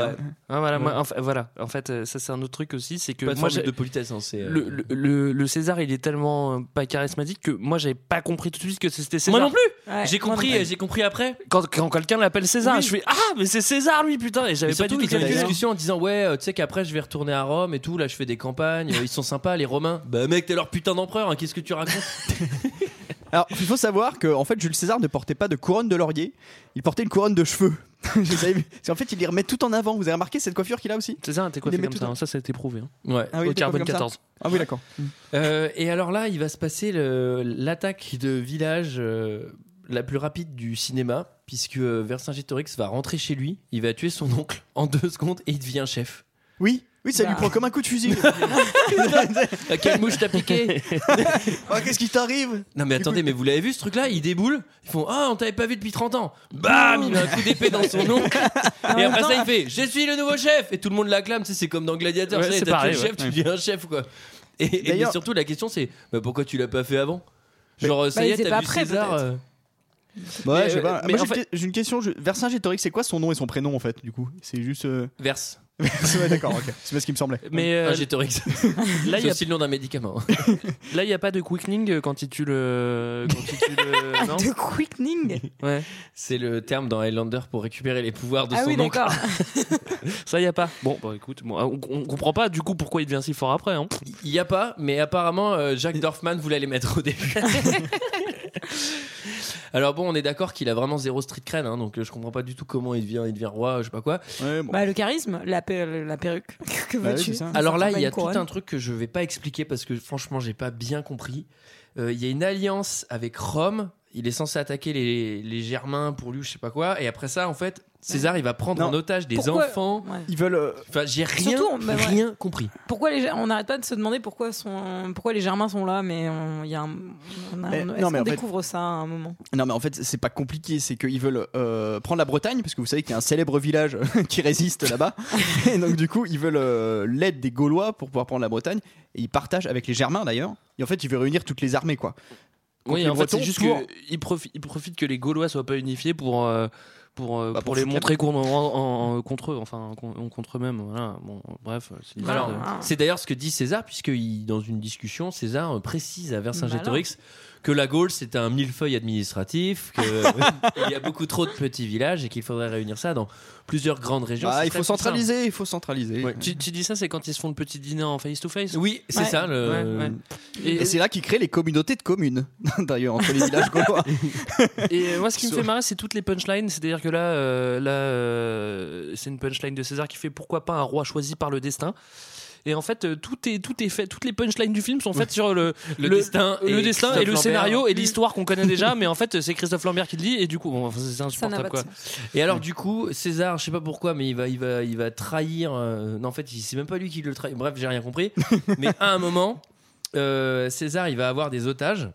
[SPEAKER 6] En fait, ça c'est un autre truc aussi, c'est que
[SPEAKER 1] pas de
[SPEAKER 6] moi
[SPEAKER 1] formule de politesse.
[SPEAKER 6] le César, il est tellement pas charismatique que moi j'avais pas compris tout de suite que c'était César.
[SPEAKER 1] Moi non plus.
[SPEAKER 5] Ouais,
[SPEAKER 1] j'ai compris après.
[SPEAKER 6] Quand quelqu'un l'appelle César, je fais mais c'est César lui, putain, et j'avais pas du tout
[SPEAKER 1] il y a une
[SPEAKER 6] calculé.
[SPEAKER 1] discussion en disant tu sais qu'après je vais retourner à Rome et tout, là je fais des campagnes, ils sont sympas les Romains. Bah mec, t'es leur putain d'empereur, qu'est-ce que tu racontes?
[SPEAKER 8] Alors, il faut savoir que en fait, Jules César ne portait pas de couronne de laurier, il portait une couronne de cheveux. Vous avez vu ? Parce qu'en fait, il les remet tout en avant. Vous avez remarqué cette coiffure qu'il a aussi ?
[SPEAKER 6] César était coiffé comme ça, ça a été prouvé.
[SPEAKER 1] Ouais.
[SPEAKER 8] Ah oui,
[SPEAKER 6] au carbone 14.
[SPEAKER 8] Ah oui, d'accord.
[SPEAKER 1] Et alors là, il va se passer l'attaque de village la plus rapide du cinéma, puisque Vercingétorix va rentrer chez lui, il va tuer son oncle en 2 secondes et il devient chef.
[SPEAKER 8] Oui, ça lui prend comme un coup de fusil.
[SPEAKER 1] Quelle mouche t'as piqué?
[SPEAKER 8] Qu'est-ce qui t'arrive?
[SPEAKER 1] Non mais attendez, mais vous l'avez vu ce truc-là? Ils déboulent, ils font on t'avait pas vu depuis 30 ans. Bam, il met un coup d'épée dans son oncle. Et après ça, il fait je suis le nouveau chef. Et tout le monde l'acclame, c'est comme dans Gladiator.
[SPEAKER 6] Ouais, c'est
[SPEAKER 1] t'as
[SPEAKER 6] pareil,
[SPEAKER 1] tué le chef, tu deviens un chef quoi. Et surtout la question c'est pourquoi tu l'as pas fait avant? Genre ça y est, t'as vu César.
[SPEAKER 8] Ouais, je sais pas.
[SPEAKER 6] Mais
[SPEAKER 8] Moi,
[SPEAKER 6] en fait-
[SPEAKER 8] j'ai une question. Vercingétorix, c'est quoi son nom et son prénom en fait, du coup? C'est juste.
[SPEAKER 1] Verse.
[SPEAKER 8] Ouais, d'accord, ok. C'est pas ce qui me semblait.
[SPEAKER 6] Mais
[SPEAKER 1] Gétorix.
[SPEAKER 6] là, il
[SPEAKER 1] C'est
[SPEAKER 6] y a
[SPEAKER 1] aussi le nom d'un médicament.
[SPEAKER 6] Là, il n'y a pas de quickening quand il tue le. Non
[SPEAKER 5] De quickening.
[SPEAKER 6] Ouais.
[SPEAKER 1] C'est le terme dans Highlander pour récupérer les pouvoirs de
[SPEAKER 5] Ah
[SPEAKER 1] son
[SPEAKER 5] oui,
[SPEAKER 1] oncle.
[SPEAKER 5] d'accord.
[SPEAKER 6] Ça, il n'y a pas. Bon, bah écoute, on comprend pas du coup pourquoi il devient si fort après. Hein.
[SPEAKER 1] Il y a pas, mais apparemment Jack Dorfman voulait les mettre au début. Alors bon, on est d'accord qu'il a vraiment zéro street cred, donc je comprends pas du tout comment il devient roi, je sais pas quoi.
[SPEAKER 8] Ouais, bon.
[SPEAKER 5] Bah, le charisme, la perruque. Que
[SPEAKER 8] Bah oui,
[SPEAKER 5] veux-tu?
[SPEAKER 8] c'est ça.
[SPEAKER 1] Alors là, il y a
[SPEAKER 5] Une couronne.
[SPEAKER 1] tout un truc que je vais pas expliquer parce que franchement, j'ai pas bien compris. Il y a une alliance avec Rome. Il est censé attaquer les Germains pour lui, je sais pas quoi. Et après ça, en fait, César, il va prendre
[SPEAKER 8] Non.
[SPEAKER 1] en otage des
[SPEAKER 5] Pourquoi
[SPEAKER 1] enfants.
[SPEAKER 5] Ouais.
[SPEAKER 8] Ils veulent.
[SPEAKER 1] Enfin, j'ai rien,
[SPEAKER 5] Surtout, bah ouais.
[SPEAKER 1] rien compris.
[SPEAKER 5] Pourquoi on n'arrête pas de se demander pourquoi les Germains sont là, mais est-ce
[SPEAKER 8] non, mais
[SPEAKER 5] qu'on
[SPEAKER 8] en fait-
[SPEAKER 5] découvre ça à un moment?
[SPEAKER 8] Non, mais en fait, c'est pas compliqué. C'est qu'ils veulent prendre la Bretagne, parce que vous savez qu'il y a un célèbre village qui résiste là-bas. Et donc, du coup, ils veulent l'aide des Gaulois pour pouvoir prendre la Bretagne. Et ils partagent avec les Germains d'ailleurs. Et en fait, ils veulent réunir toutes les armées, quoi.
[SPEAKER 6] Oui,
[SPEAKER 8] les
[SPEAKER 6] en fait, c'est
[SPEAKER 8] Bretons
[SPEAKER 6] juste
[SPEAKER 8] pour-
[SPEAKER 6] qu'il profite que les Gaulois soient pas unifiés pour
[SPEAKER 8] pour
[SPEAKER 6] les
[SPEAKER 8] foutre
[SPEAKER 6] montrer contre eux, enfin contre eux-mêmes. Voilà. Bon, bref, c'est une
[SPEAKER 1] Alors,
[SPEAKER 6] histoire de-
[SPEAKER 1] c'est d'ailleurs ce que dit César, puisque dans une discussion, César précise à Vercingétorix que la Gaule c'est un millefeuille administratif, qu'il y a beaucoup trop de petits villages et qu'il faudrait réunir ça dans plusieurs grandes régions.
[SPEAKER 8] Ah,
[SPEAKER 1] C'est
[SPEAKER 8] il
[SPEAKER 1] très
[SPEAKER 8] faut
[SPEAKER 1] puissant.
[SPEAKER 8] centraliser, il faut centraliser.
[SPEAKER 1] Ouais.
[SPEAKER 6] Tu dis ça, c'est quand ils se font le petit dîner en face-to-face.
[SPEAKER 1] Oui, c'est
[SPEAKER 5] Ouais.
[SPEAKER 1] ça.
[SPEAKER 6] Ouais.
[SPEAKER 8] Et c'est là qu'ils créent les communautés de communes, d'ailleurs, entre les villages gaulois.
[SPEAKER 6] Et moi, ce qui me fait marrer, c'est toutes les punchlines. C'est-à-dire que là, c'est une punchline de César qui fait pourquoi pas un roi choisi par le destin. Et en fait, tout est fait. Toutes les punchlines du film sont faites sur le
[SPEAKER 1] destin et
[SPEAKER 6] destin
[SPEAKER 1] Christophe
[SPEAKER 6] et le
[SPEAKER 1] Lambert.
[SPEAKER 6] scénario et l'histoire qu'on connaît déjà. Mais en fait, c'est Christophe Lambert qui le dit. Et du coup, bon, c'est
[SPEAKER 5] Ça n'a
[SPEAKER 6] insupportable
[SPEAKER 5] pas
[SPEAKER 6] quoi.
[SPEAKER 5] de sens.
[SPEAKER 1] Et alors du coup, César, je sais pas pourquoi, mais il va trahir. Non, en fait, c'est même pas lui qui le trahit. Bref, j'ai rien compris. Mais à un moment, César, il va avoir des otages.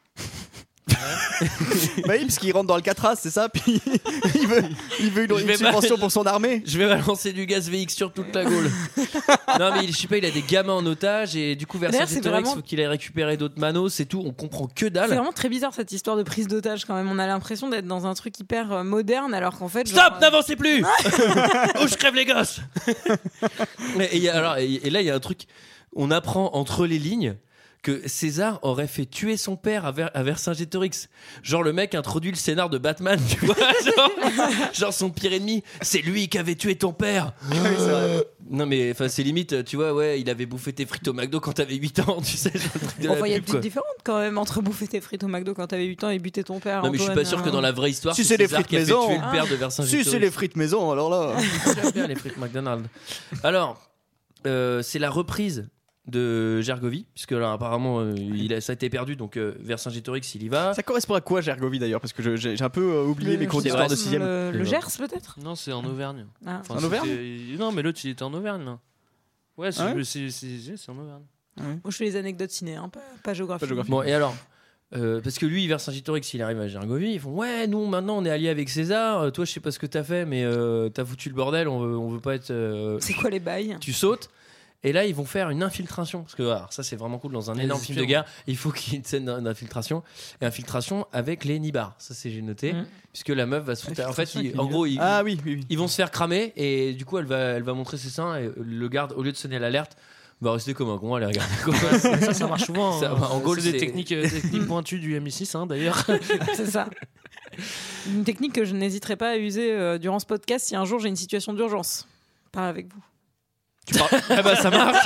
[SPEAKER 8] Bah oui, parce qu'il rentre dans Alcatraz, c'est ça. Puis il veut
[SPEAKER 1] Je
[SPEAKER 8] une
[SPEAKER 1] vais
[SPEAKER 8] subvention
[SPEAKER 1] pas-
[SPEAKER 8] pour son armée.
[SPEAKER 1] Je vais balancer du gaz VX sur toute la Gaule. Non, mais je sais pas, il a des gamins en otage et du coup,
[SPEAKER 5] D'ailleurs, c'est
[SPEAKER 1] Vercingétorix,
[SPEAKER 5] vraiment-
[SPEAKER 1] faut qu'il ait récupéré d'autres manos, c'est tout. On comprend que
[SPEAKER 5] C'est
[SPEAKER 1] dalle.
[SPEAKER 5] vraiment très bizarre cette histoire de prise d'otage quand même. On a l'impression d'être dans un truc hyper moderne alors qu'en fait.
[SPEAKER 1] Stop,
[SPEAKER 5] genre,
[SPEAKER 1] n'avancez plus. Ou je crève les gosses. Et là, il y a un truc. On apprend entre les lignes que César aurait fait tuer son père à Vercingétorix. Genre le mec introduit le scénar de Batman, tu vois, genre son pire ennemi, c'est lui qui avait tué ton père. Non mais enfin c'est limite, tu vois, ouais, il avait bouffé tes frites au McDo quand t'avais 8 ans, tu sais.
[SPEAKER 5] Il y a une petite différence quand même entre bouffer tes frites au McDo quand t'avais 8 ans et buter ton père.
[SPEAKER 1] Non mais je suis pas sûr que dans la vraie histoire,
[SPEAKER 8] Si c'est les
[SPEAKER 1] César
[SPEAKER 8] frites
[SPEAKER 1] qui a fait
[SPEAKER 8] maison,
[SPEAKER 1] tuer le père de Vercingétorix.
[SPEAKER 8] Si c'est les frites maison, alors là.
[SPEAKER 1] J'aime bien les frites McDonald's. Alors, c'est la reprise de Gergovie, puisque là apparemment ça a été perdu, donc Vercingétorix il y va.
[SPEAKER 8] Ça correspond à quoi Gergovie d'ailleurs? Parce que j'ai un peu oublié mes cours d'histoire de 6ème.
[SPEAKER 5] Le Gers peut-être?
[SPEAKER 6] Non, c'est en Auvergne.
[SPEAKER 5] Ah.
[SPEAKER 6] Enfin,
[SPEAKER 8] En Auvergne?
[SPEAKER 6] Non, mais l'autre il était en Auvergne là. Ouais, c'est
[SPEAKER 8] Ah ouais
[SPEAKER 6] en Auvergne.
[SPEAKER 5] Moi je fais les anecdotes ciné, hein, pas géographie.
[SPEAKER 1] Bon et alors parce que lui, Vercingétorix, il arrive à Gergovie, ils font ouais, nous maintenant on est alliés avec César. Toi, je sais pas ce que t'as fait, mais t'as foutu le bordel. On veut pas être.
[SPEAKER 5] C'est quoi les bails?
[SPEAKER 1] Tu sautes. Et là, ils vont faire une infiltration. Parce que alors, ça, c'est vraiment cool. Dans un énorme film de guerre, il faut qu'il y ait une scène d'infiltration. Et infiltration avec les nibards. Ça, j'ai noté. Puisque la meuf va se foutre. En fait, en gros, ils vont se faire cramer. Et du coup, elle va montrer ses seins. Et le garde, au lieu de sonner l'alerte, va rester comme un con à les regarder.
[SPEAKER 6] Ça marche souvent.
[SPEAKER 1] En gros,
[SPEAKER 6] c'est des techniques pointues du MI6 d'ailleurs.
[SPEAKER 5] C'est ça. Une technique que je n'hésiterai pas à user durant ce podcast si un jour j'ai une situation d'urgence. Pas avec vous.
[SPEAKER 1] Ah bah ça marche.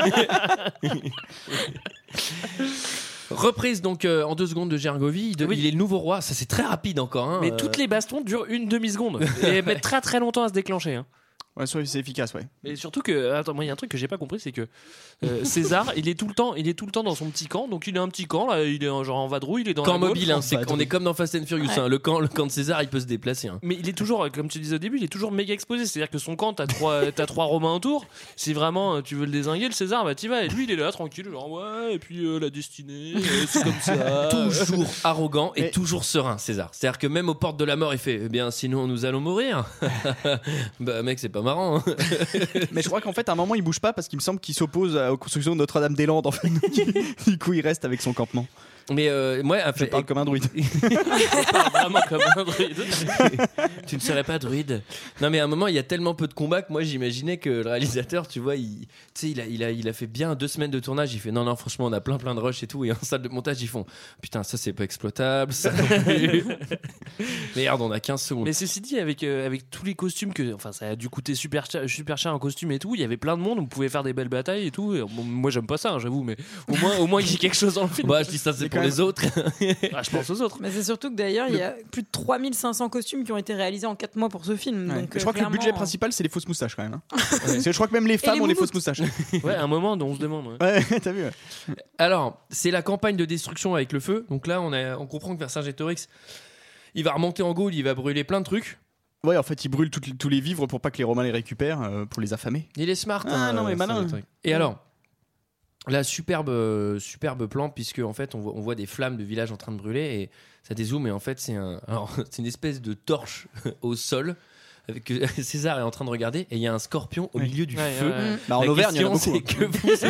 [SPEAKER 1] Reprise donc en 2 secondes de Gergovie. Il est le nouveau roi. Ça c'est très rapide encore. Hein.
[SPEAKER 6] Mais toutes les bastons durent une demi-seconde et mettent très très longtemps à se déclencher. Hein.
[SPEAKER 8] Ouais, c'est efficace, ouais.
[SPEAKER 6] Et surtout que, attends, moi il y a un truc que j'ai pas compris, c'est que César, il est tout le temps dans son petit camp. Donc il est un petit camp là, il est genre en vadrouille, il est dans
[SPEAKER 1] camp
[SPEAKER 6] la Gaule.
[SPEAKER 1] mobile. On est comme dans Fast and Furious.
[SPEAKER 5] Ouais.
[SPEAKER 1] Hein. Le camp de César, il peut se déplacer. Hein.
[SPEAKER 6] Mais il est toujours, comme tu disais au début, il est toujours méga exposé. C'est-à-dire que son camp, t'as trois Romains autour. Si vraiment tu veux le dézinguer, le César, bah t'y vas. Et lui, il est là tranquille, genre ouais. Et puis la destinée, c'est comme ça.
[SPEAKER 1] Toujours arrogant et toujours serein, César. C'est-à-dire que même aux portes de la mort, il fait eh bien, sinon nous allons mourir. Bah mec, c'est pas marrant. Hein.
[SPEAKER 8] Mais je crois qu'en fait à un moment il bouge pas parce qu'il me semble qu'il s'oppose aux constructions de Notre-Dame-des-Landes en fait. Du coup il reste avec son campement.
[SPEAKER 1] Mais moi,
[SPEAKER 8] je parle comme un druide.
[SPEAKER 6] Je parle vraiment comme un druide.
[SPEAKER 1] Tu ne serais pas druide. Non mais à un moment il y a tellement peu de combats que moi j'imaginais que le réalisateur, tu vois, il a fait bien 2 semaines de tournage. Il fait non franchement on a plein de rushs et tout, et en salle de montage ils font putain ça c'est pas exploitable ça non plus. Merde on a 15 secondes.
[SPEAKER 6] Mais ceci dit avec tous les costumes ça a dû coûter super cher en costume et tout, il y avait plein de monde, on pouvait faire des belles batailles et tout, et bon, moi j'aime pas ça hein, j'avoue, mais au moins il y a quelque chose dans le film.
[SPEAKER 1] Bah je dis ça c'est pour les autres.
[SPEAKER 6] Je pense aux autres.
[SPEAKER 5] Mais c'est surtout que d'ailleurs il y a plus de 3500 costumes qui ont été réalisés en 4 mois pour ce film.
[SPEAKER 8] Ouais.
[SPEAKER 5] Donc,
[SPEAKER 8] je crois que le budget principal c'est les fausses moustaches quand même. Hein. Je crois que même les femmes ont les fausses moustaches.
[SPEAKER 6] Ouais, à un moment on se demande.
[SPEAKER 8] Ouais, t'as vu. Ouais.
[SPEAKER 1] Alors c'est la campagne de destruction avec le feu. Donc là on comprend que Vercingétorix il va remonter en Gaule, il va brûler plein de trucs.
[SPEAKER 8] Ouais, en fait, il brûle tous les vivres pour pas que les Romains les récupèrent, pour les affamer.
[SPEAKER 1] Il est smart.
[SPEAKER 8] Ah non, mais malin.
[SPEAKER 1] Et alors, là, superbe plan, puisque en fait, on voit des flammes de village en train de brûler et ça dézoome. Et en fait, c'est une espèce de torche au sol. Que César est en train de regarder et il y a un scorpion au milieu du feu.
[SPEAKER 8] Bah, en Auvergne, il y en a beaucoup.
[SPEAKER 1] Que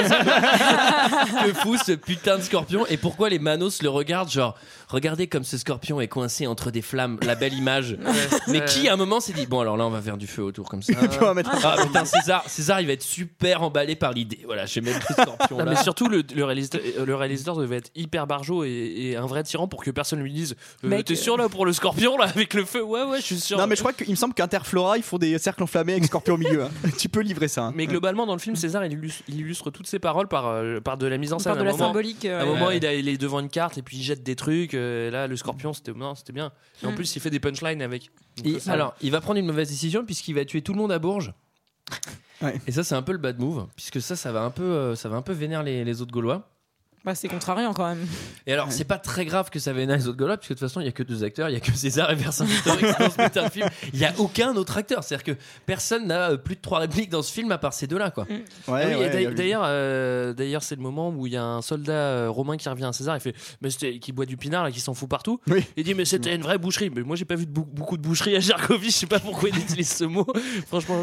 [SPEAKER 1] fout ce putain de scorpion et pourquoi les manos le regardent genre regardez comme ce scorpion est coincé entre des flammes, la belle image. Mais qui à un moment s'est dit bon alors là on va faire du feu autour comme ça. Putain César il va être super emballé par l'idée. Voilà, j'ai même le scorpion là.
[SPEAKER 6] Mais surtout le réalisateur devait être hyper barjot et un vrai tyran pour que personne lui dise t'es sûr là pour le scorpion là avec le feu. Ouais je suis sûr.
[SPEAKER 8] Non mais je crois qu'il me semble qu'Interflora ils font des cercles enflammés avec scorpion au milieu. Hein. Tu peux livrer ça. Hein.
[SPEAKER 6] Mais globalement dans le film César il illustre toutes ses paroles par de la mise en scène.
[SPEAKER 5] Par de la symbolique.
[SPEAKER 6] À un moment il est devant une carte et puis il jette des trucs. Là le scorpion c'était bien. Et en plus il fait des punchlines avec.
[SPEAKER 1] Alors il va prendre une mauvaise décision puisqu'il va tuer tout le monde à Bourges.
[SPEAKER 8] Ouais.
[SPEAKER 1] Et ça c'est un peu le bad move puisque ça va un peu vénère les autres Gaulois.
[SPEAKER 5] Bah, c'est contrariant quand même.
[SPEAKER 1] Et alors, c'est pas très grave que ça vénère les autres Gaulois, puisque de toute façon, il y a que 2 acteurs, il y a que César et Vercingétorix dans ce putain de film. Il y a aucun autre acteur, c'est-à-dire que personne n'a plus de 3 répliques dans ce film à part ces 2-là, quoi.
[SPEAKER 6] D'ailleurs, c'est le moment où il y a un soldat romain qui revient à César, il fait, qui boit du pinard, là, qui s'en fout partout.
[SPEAKER 8] Oui.
[SPEAKER 6] Il dit, mais c'était une vraie boucherie. Mais moi, j'ai pas vu beaucoup de boucheries à Gergovie, je sais pas pourquoi il utilise ce mot. Franchement,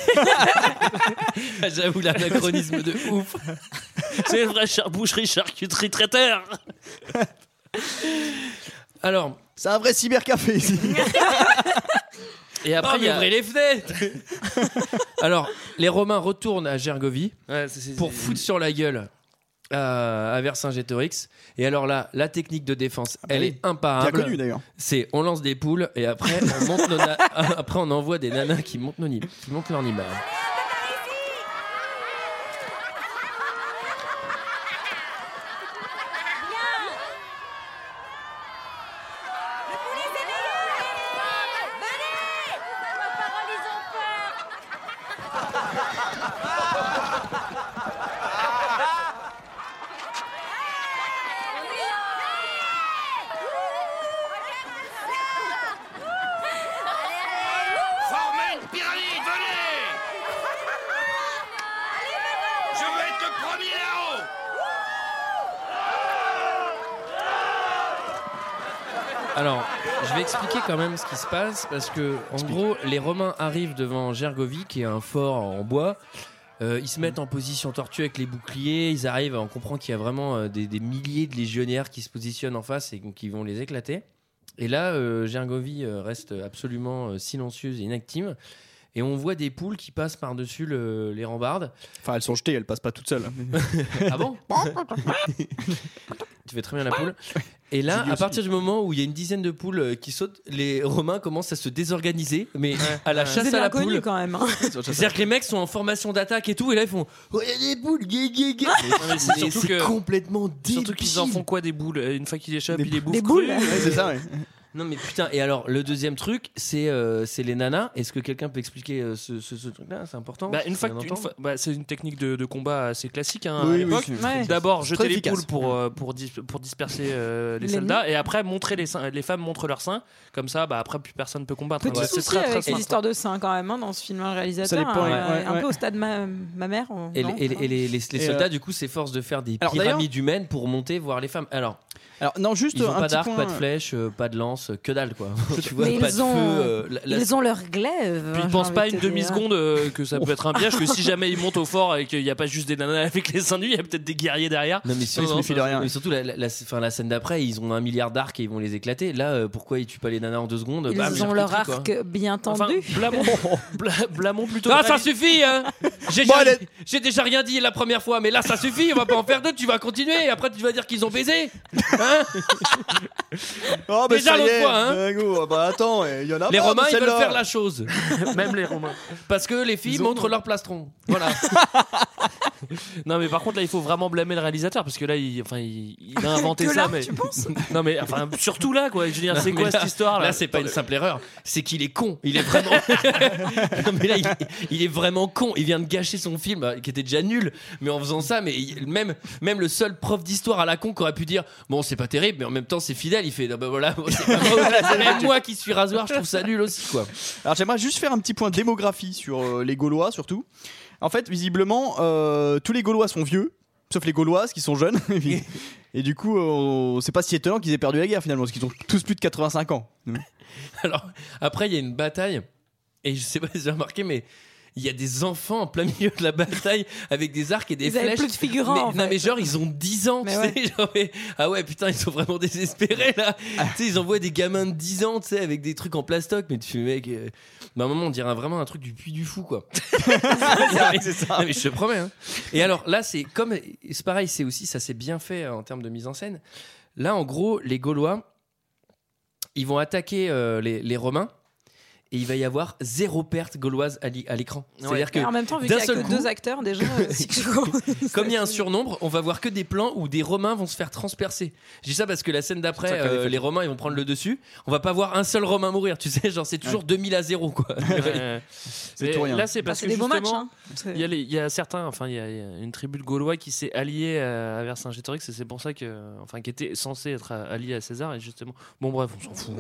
[SPEAKER 1] j'avoue l'anachronisme de ouf.
[SPEAKER 6] C'est une vraie boucherie, charcuterie, traiteur.
[SPEAKER 1] Alors,
[SPEAKER 8] c'est un vrai cybercafé ici.
[SPEAKER 1] Et après, il ouvrez les fenêtres. Alors, les Romains retournent à Gergovie pour foutre sur la gueule à Vercingétorix. Et alors là, la technique de défense, elle est imparable.
[SPEAKER 8] Qui a connu d'ailleurs.
[SPEAKER 1] C'est on lance des poules et après on envoie des nanas qui montent leur nimard.
[SPEAKER 2] Premier là-haut.
[SPEAKER 1] Alors, je vais expliquer quand même ce qui se passe parce que, en gros, les Romains arrivent devant Gergovie, qui est un fort en bois. Ils se mettent en position tortue avec les boucliers. Ils arrivent, on comprend qu'il y a vraiment des milliers de légionnaires qui se positionnent en face et qui vont les éclater. Et là, Gergovie reste absolument silencieuse et inactive. Et on voit des poules qui passent par-dessus les rambardes.
[SPEAKER 8] Enfin, elles sont jetées, elles passent pas toutes seules.
[SPEAKER 1] Ah bon? Tu fais très bien la poule. Et là, à partir du moment où il y a une dizaine de poules qui sautent, les Romains commencent à se désorganiser, mais à la chasse à la poule.
[SPEAKER 5] Quand même. Hein.
[SPEAKER 1] C'est-à-dire que les mecs sont en formation d'attaque et tout, et là ils font oh, il y a des poules, gay.
[SPEAKER 6] C'est
[SPEAKER 1] complètement débile.
[SPEAKER 6] Surtout qu'ils en font quoi des boules? Une fois qu'ils échappent, ils les bouffent.
[SPEAKER 5] Des boules.
[SPEAKER 8] Ouais, c'est ça, ouais.
[SPEAKER 1] Non mais putain, et alors le deuxième truc, c'est les nanas. Est-ce que quelqu'un peut expliquer ce truc-là? C'est important.
[SPEAKER 6] C'est une technique de combat assez classique à
[SPEAKER 8] Oui,
[SPEAKER 6] l'époque.
[SPEAKER 8] oui,
[SPEAKER 5] Ouais.
[SPEAKER 6] D'abord
[SPEAKER 8] C'est
[SPEAKER 6] jeter
[SPEAKER 8] très
[SPEAKER 6] les
[SPEAKER 8] efficace.
[SPEAKER 6] poules pour disperser les soldats, et après montrer les femmes montrent leurs seins. Comme ça, après plus personne peut combattre.
[SPEAKER 5] Petit
[SPEAKER 6] C'est
[SPEAKER 5] souci avec les histoires de seins quand même dans ce film, un réalisateur.
[SPEAKER 8] Ça dépend,
[SPEAKER 5] Un peu au stade ma mère.
[SPEAKER 1] Et les soldats du coup s'efforcent de faire des pyramides humaines pour monter voir les femmes. Alors
[SPEAKER 8] non, juste
[SPEAKER 1] ils ont
[SPEAKER 8] un
[SPEAKER 1] pas
[SPEAKER 8] petit
[SPEAKER 1] d'arc,
[SPEAKER 8] point.
[SPEAKER 1] pas de flèche, pas de lance, que dalle quoi. Tu vois,
[SPEAKER 5] Mais
[SPEAKER 1] pas de feu.
[SPEAKER 5] ils ont leur glaive.
[SPEAKER 6] Puis
[SPEAKER 5] hein,
[SPEAKER 6] ils pensent
[SPEAKER 5] j'ai
[SPEAKER 6] pas
[SPEAKER 5] envie de
[SPEAKER 6] une
[SPEAKER 5] te dire.
[SPEAKER 6] demi-seconde que ça peut être un piège, que si jamais ils montent au fort et qu'il n'y a pas juste des nanas avec les seins nus, il y a peut-être des guerriers derrière.
[SPEAKER 1] Non mais
[SPEAKER 8] Ils se méfient de rien.
[SPEAKER 1] mais surtout la scène d'après, ils ont 1 milliard d'arcs et ils vont les éclater. Là, pourquoi ils tuent pas les nanas en 2 secondes?
[SPEAKER 5] Ils
[SPEAKER 1] Bam,
[SPEAKER 5] ont leur
[SPEAKER 1] charcuterie, quoi.
[SPEAKER 5] arc bien tendu.
[SPEAKER 6] Enfin, Blamont plutôt.
[SPEAKER 1] Ah, ça suffit, hein.
[SPEAKER 8] Bon, allez.
[SPEAKER 1] J'ai déjà rien dit la première fois, mais là ça suffit, on va pas en faire 2, tu vas continuer et après tu vas dire qu'ils ont baisé. Hein?
[SPEAKER 8] Oh, bah,
[SPEAKER 1] Déjà
[SPEAKER 8] ça y
[SPEAKER 1] l'autre
[SPEAKER 8] est.
[SPEAKER 1] fois, hein.
[SPEAKER 8] Go. Bah attends, il y en a
[SPEAKER 1] Les
[SPEAKER 8] pas,
[SPEAKER 1] Romains
[SPEAKER 8] de
[SPEAKER 1] ils veulent
[SPEAKER 8] celle-là.
[SPEAKER 1] faire la chose
[SPEAKER 6] Même les Romains.
[SPEAKER 1] parce que les filles montrent leur plastron. Voilà.
[SPEAKER 6] Non, mais par contre, là, il faut vraiment blâmer le réalisateur parce que là, il a inventé
[SPEAKER 5] Que
[SPEAKER 6] ça.
[SPEAKER 5] là,
[SPEAKER 6] Mais
[SPEAKER 5] tu penses?
[SPEAKER 6] non, mais enfin, surtout là, quoi. Je veux dire, c'est
[SPEAKER 1] Mais
[SPEAKER 6] quoi
[SPEAKER 1] là-
[SPEAKER 6] cette histoire là?
[SPEAKER 1] Là, c'est pas une simple erreur, c'est qu'il est con. Il est vraiment. Non, mais là, il est vraiment con. Il vient de gâcher son film qui était déjà nul, mais en faisant ça, mais même le seul prof d'histoire à la con qui aurait pu dire bon, c'est pas terrible, mais en même temps, c'est fidèle. Il fait bah voilà, c'est pas moi, même moi qui suis rasoir, je trouve ça nul aussi, quoi.
[SPEAKER 8] Alors j'aimerais juste faire un petit point de démographie sur les Gaulois surtout. En fait, visiblement, tous les Gaulois sont vieux, sauf les Gauloises qui sont jeunes. Et du coup, c'est pas si étonnant qu'ils aient perdu la guerre finalement, parce qu'ils ont tous plus de 85 ans.
[SPEAKER 1] Alors, après, il y a une bataille, et je sais pas si vous avez remarqué, mais il y a des enfants en plein milieu de la bataille avec des arcs et des
[SPEAKER 5] Ils avaient
[SPEAKER 1] flèches.
[SPEAKER 5] plus de figurants,
[SPEAKER 1] Mais,
[SPEAKER 5] en
[SPEAKER 1] non,
[SPEAKER 5] fait.
[SPEAKER 1] mais genre, ils ont 10 ans,
[SPEAKER 5] Mais
[SPEAKER 1] tu
[SPEAKER 5] ouais.
[SPEAKER 1] sais. Genre, ah ouais, putain, ils sont vraiment désespérés là. Tu sais, ils envoient des gamins de 10 ans, tu sais, avec des trucs en plastoc, mais tu fais, mec. À un moment, on dirait vraiment un truc du Puy du Fou, quoi.
[SPEAKER 8] C'est ça.
[SPEAKER 1] Non, mais je te promets. Hein. Et alors là, c'est pareil, c'est aussi, ça s'est bien fait en termes de mise en scène. Là, en gros, les Gaulois, ils vont attaquer les Romains. Et il va y avoir 0 perte gauloise à l'écran. C'est-à-dire que
[SPEAKER 5] Et en même temps, vu
[SPEAKER 1] d'un
[SPEAKER 5] qu'il y a
[SPEAKER 1] seul
[SPEAKER 5] que
[SPEAKER 1] coup,
[SPEAKER 5] 2 acteurs déjà,
[SPEAKER 1] comme il y a un surnombre, on va voir que des plans où des Romains vont se faire transpercer. Je dis ça parce que la scène
[SPEAKER 8] C'est ça
[SPEAKER 1] d'après,
[SPEAKER 8] qu'elle est faite.
[SPEAKER 1] les Romains ils vont prendre le dessus. On va pas voir un seul Romain mourir. Tu sais, genre c'est toujours 2000-0 quoi.
[SPEAKER 8] C'est tout rien.
[SPEAKER 6] Là, c'est parce
[SPEAKER 5] c'est
[SPEAKER 6] que
[SPEAKER 5] des beaux matchs.
[SPEAKER 6] justement,
[SPEAKER 5] Hein.
[SPEAKER 6] il y a certains, enfin, il y a une tribu de Gaulois qui s'est alliée à Vercingétorix, et c'est pour ça que, enfin, qui était censé être allié à César, et justement, bon, bref, on s'en fout.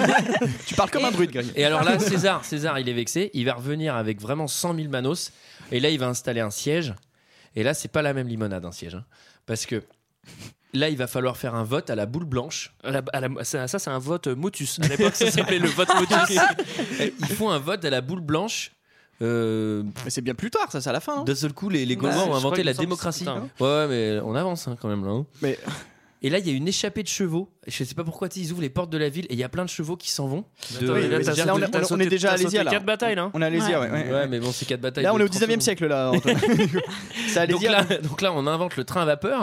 [SPEAKER 8] Tu parles comme un druide, Greg.
[SPEAKER 1] Et alors là, César, il est vexé. Il va revenir avec vraiment 100 000 manos. Et là, il va installer un siège. Et là, c'est pas la même limonade, un siège. Hein. Parce que là, il va falloir faire un vote à la boule blanche.
[SPEAKER 6] Ça, c'est un vote motus. À l'époque, ça s'appelait le vote motus.
[SPEAKER 1] Ils font un vote à la boule blanche.
[SPEAKER 8] Mais c'est bien plus tard, ça, c'est à la fin. Non
[SPEAKER 1] D'un seul coup, les Gaulois ont
[SPEAKER 6] je
[SPEAKER 1] inventé
[SPEAKER 6] crois
[SPEAKER 1] la
[SPEAKER 6] qu'il me semble
[SPEAKER 1] démocratie.
[SPEAKER 6] que c'est ça.
[SPEAKER 1] Ouais, mais on avance quand même là. Hein.
[SPEAKER 8] Mais
[SPEAKER 1] Et là, il y a une échappée de chevaux. Je sais pas pourquoi, ils ouvrent les portes de la ville et il y a plein de chevaux qui s'en vont.
[SPEAKER 6] Attends, mais là,
[SPEAKER 8] là, on est déjà à Alésia, là.
[SPEAKER 6] 4 batailles, là.
[SPEAKER 8] on est à Alésia,
[SPEAKER 5] Ouais.
[SPEAKER 8] ouais.
[SPEAKER 1] Ouais, mais bon, c'est 4 batailles.
[SPEAKER 8] Là, on
[SPEAKER 1] de
[SPEAKER 8] est au
[SPEAKER 1] 30
[SPEAKER 8] 19e
[SPEAKER 1] secondes.
[SPEAKER 8] siècle, là, Antoine. C'est à
[SPEAKER 1] Donc
[SPEAKER 8] Alésia.
[SPEAKER 1] là, on invente le train à vapeur.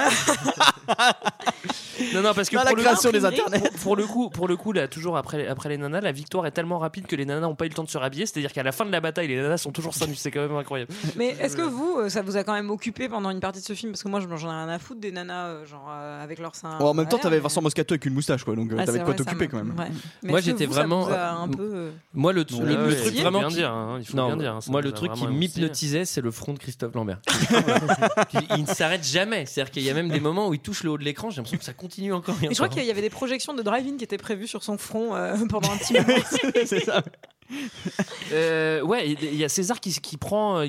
[SPEAKER 6] Non, parce que
[SPEAKER 8] Dans la
[SPEAKER 6] pour le
[SPEAKER 8] création
[SPEAKER 6] coup,
[SPEAKER 8] des internets.
[SPEAKER 6] pour le coup, là, toujours après les nanas, la victoire est tellement rapide que les nanas n'ont pas eu le temps de se rhabiller. C'est-à-dire qu'à la fin de la bataille, les nanas sont toujours seins nus. C'est quand même incroyable.
[SPEAKER 5] Mais est-ce que vous, ça vous a quand même occupé pendant une partie de ce film? Parce que moi, j'en ai rien à foutre des nanas, genre avec leurs seins.
[SPEAKER 8] En même temps, t'avais
[SPEAKER 5] mais-
[SPEAKER 8] Vincent Moscato avec une moustache, quoi. Donc
[SPEAKER 5] Ah,
[SPEAKER 8] t'avais
[SPEAKER 5] c'est
[SPEAKER 8] de quoi
[SPEAKER 5] vrai,
[SPEAKER 8] t'occuper
[SPEAKER 5] ça
[SPEAKER 8] quand même.
[SPEAKER 5] ouais. Mais
[SPEAKER 1] Moi,
[SPEAKER 5] est-ce que
[SPEAKER 1] j'étais
[SPEAKER 5] vous, ça
[SPEAKER 1] vraiment-
[SPEAKER 5] vous a un peu.
[SPEAKER 1] Moi, le
[SPEAKER 6] Ouais,
[SPEAKER 1] truc
[SPEAKER 6] il faut
[SPEAKER 1] vraiment
[SPEAKER 6] bien
[SPEAKER 1] qui-
[SPEAKER 6] dire. Hein, il faut
[SPEAKER 1] Non,
[SPEAKER 6] bien dire. Hein, ça
[SPEAKER 1] moi,
[SPEAKER 6] nous
[SPEAKER 1] le
[SPEAKER 6] a
[SPEAKER 1] truc qui
[SPEAKER 6] vraiment
[SPEAKER 1] m'hypnotisait, c'est le front de Christophe Lambert. Il ne s'arrête jamais. C'est-à-dire qu'il y a même des moments où il touche le haut de l'écran. J'ai l'impression que ça continue encore.
[SPEAKER 5] Et je crois qu'il y avait des projections de drive-in qui étaient prévues sur son front pendant un petit moment.
[SPEAKER 8] C'est ça.
[SPEAKER 6] Ouais, il y a César qui prend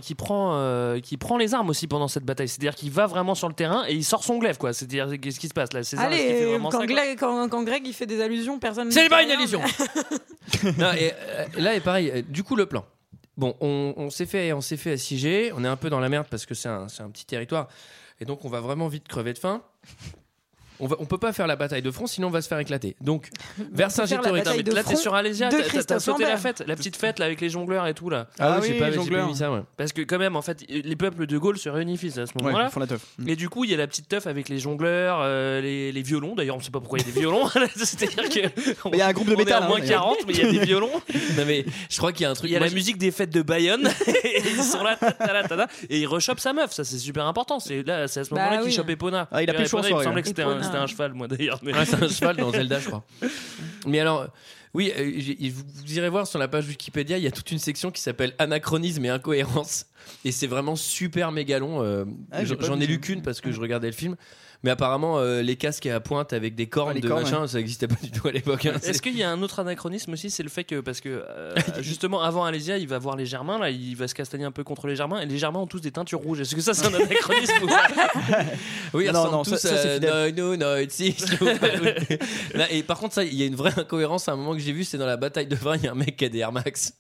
[SPEAKER 6] les armes aussi pendant cette bataille. C'est-à-dire qu'il va vraiment sur le terrain et il sort son glaive, quoi. C'est-à-dire, qu'est-ce qui se passe là, César, est-ce qu'il fait
[SPEAKER 5] Allez,
[SPEAKER 6] vraiment ça, quoi
[SPEAKER 5] quand Greg il fait des allusions, personne.
[SPEAKER 1] C'est
[SPEAKER 5] ne
[SPEAKER 1] pas
[SPEAKER 5] dit
[SPEAKER 1] une
[SPEAKER 5] rien,
[SPEAKER 1] allusion. Non, et, là, est pareil. Du coup, le plan. Bon, on s'est fait assiéger. On est un peu dans la merde parce que c'est un petit territoire. Et donc, on va vraiment vite crever de faim. On peut pas faire la bataille de front, sinon on va se faire éclater. Donc, Vercingétorix.
[SPEAKER 6] Là, t'es sur Alésia, t'as sauté la
[SPEAKER 5] Lambert.
[SPEAKER 6] fête, la petite fête là avec les jongleurs et tout là.
[SPEAKER 8] Ah oui,
[SPEAKER 1] j'ai pas
[SPEAKER 8] jongleur.
[SPEAKER 1] mis ça, ouais.
[SPEAKER 6] Parce que quand même, en fait, les peuples de Gaulle se réunissent à ce
[SPEAKER 8] Ouais,
[SPEAKER 6] moment-là.
[SPEAKER 8] ils font la teuf.
[SPEAKER 6] Et du coup, il y a la petite teuf avec les jongleurs, les violons. D'ailleurs, on sait pas pourquoi il y a des violons. C'est-à-dire que
[SPEAKER 8] Il y a un groupe de
[SPEAKER 6] on est
[SPEAKER 8] métal.
[SPEAKER 6] à moins 40, mais il y a des violons.
[SPEAKER 1] Non, mais je crois qu'il y a un truc.
[SPEAKER 6] Il y a
[SPEAKER 1] Moi,
[SPEAKER 6] la musique des fêtes de Bayonne. Et ils sont là, et ils rechopent sa meuf. Ça, c'est super important. C'est à ce moment-là qu'il chope Epona.
[SPEAKER 8] Ah, il a pris le choix en
[SPEAKER 6] Il me
[SPEAKER 8] soirée,
[SPEAKER 6] semblait que c'était
[SPEAKER 5] Epona.
[SPEAKER 6] un cheval, moi d'ailleurs. Mais...
[SPEAKER 1] Ouais, c'est un cheval dans Zelda, je crois. Mais alors, oui, vous irez voir sur la page Wikipédia, il y a toute une section qui s'appelle Anachronisme et incohérence. Et c'est vraiment super méga long. J'en ai lu qu'une parce que je regardais le film. Mais apparemment, les casques à pointe avec des cornes
[SPEAKER 8] les
[SPEAKER 1] de
[SPEAKER 8] cornes,
[SPEAKER 1] machin, ça n'existait pas du tout à l'époque. Hein.
[SPEAKER 6] Est-ce qu'il y a un autre anachronisme aussi? C'est le fait que, parce que justement avant Alésia, il va voir les Germains, là, il va se castagner un peu contre les Germains, et les Germains ont tous des teintures rouges. Est-ce que ça, c'est un anachronisme ou pas?
[SPEAKER 1] Oui, ils
[SPEAKER 8] Non,
[SPEAKER 1] ressemblent
[SPEAKER 8] non,
[SPEAKER 1] tous
[SPEAKER 8] ça, c'est fidèle.
[SPEAKER 1] 9, 6. Là, et par contre, ça, il y a une vraie incohérence à un moment que j'ai vu, c'est dans la bataille de vin, il y a un mec qui a des Air Max.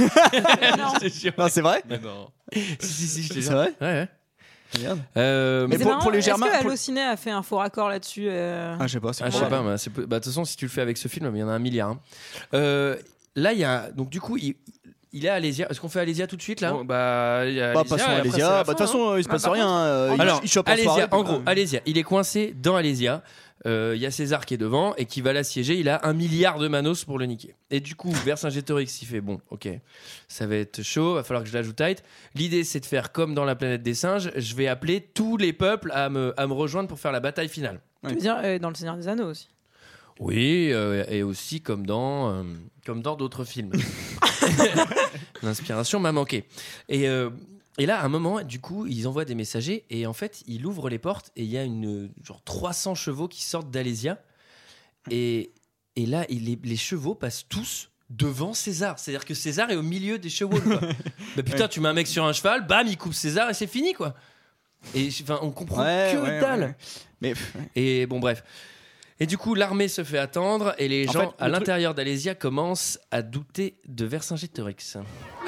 [SPEAKER 8] Non, c'est vrai.
[SPEAKER 1] Non. Si, je te
[SPEAKER 8] C'est
[SPEAKER 1] jure.
[SPEAKER 8] vrai.
[SPEAKER 1] Ouais.
[SPEAKER 8] Regarde.
[SPEAKER 1] Mais
[SPEAKER 5] C'est
[SPEAKER 8] pour-
[SPEAKER 5] marrant,
[SPEAKER 8] pour les Germains-
[SPEAKER 5] Est-ce que
[SPEAKER 8] pour-
[SPEAKER 5] Allociné a fait un faux raccord là-dessus
[SPEAKER 8] Ah, je sais pas.
[SPEAKER 1] je sais pas, mais de toute façon, si tu le fais avec ce film, il y en a 1 milliard. Hein. Là, il y a. Donc, du coup, il est à Alésia. Est-ce qu'on fait Alésia tout de suite là?
[SPEAKER 6] Bon, bah, il y a
[SPEAKER 8] Bah,
[SPEAKER 6] Alésia,
[SPEAKER 8] passons
[SPEAKER 6] et
[SPEAKER 8] à
[SPEAKER 6] après, c'est
[SPEAKER 8] Alésia.
[SPEAKER 6] la
[SPEAKER 8] Bah, de toute
[SPEAKER 6] fin,
[SPEAKER 8] façon, il se passe
[SPEAKER 5] par
[SPEAKER 8] rien.
[SPEAKER 1] Alors,
[SPEAKER 8] Il chope en soirée.
[SPEAKER 1] Alésia, en gros, Alésia, il est coincé dans Alésia. Il y a César qui est devant et qui va l'assiéger. Il a 1 milliard de manos pour le niquer. Et du coup, Vercingétorix, il fait bon, ok, ça va être chaud, va falloir que je l'ajoute tight. L'idée, c'est de faire comme dans la planète des singes. Je vais appeler tous les peuples à me rejoindre pour faire la bataille finale.
[SPEAKER 5] Tu veux dire dans Le Seigneur des Anneaux aussi.
[SPEAKER 1] Oui, et aussi comme dans d'autres films. L'inspiration m'a manqué. Et là, à un moment, du coup, ils envoient des messagers et en fait, il ouvre les portes et il y a genre 300 chevaux qui sortent d'Alésia. Et là, les chevaux passent tous devant César. C'est-à-dire que César est au milieu des chevaux. Quoi. Bah putain, tu mets un mec sur un cheval, bam, il coupe César et c'est fini, quoi. Et enfin, on comprend que dalle.
[SPEAKER 8] Ouais. Mais
[SPEAKER 1] Et bon, bref. Et du coup, l'armée se fait attendre et les
[SPEAKER 8] En
[SPEAKER 1] gens
[SPEAKER 8] fait,
[SPEAKER 1] à
[SPEAKER 8] le truc-
[SPEAKER 1] l'intérieur d'Alésia commencent à douter de Vercingétorix.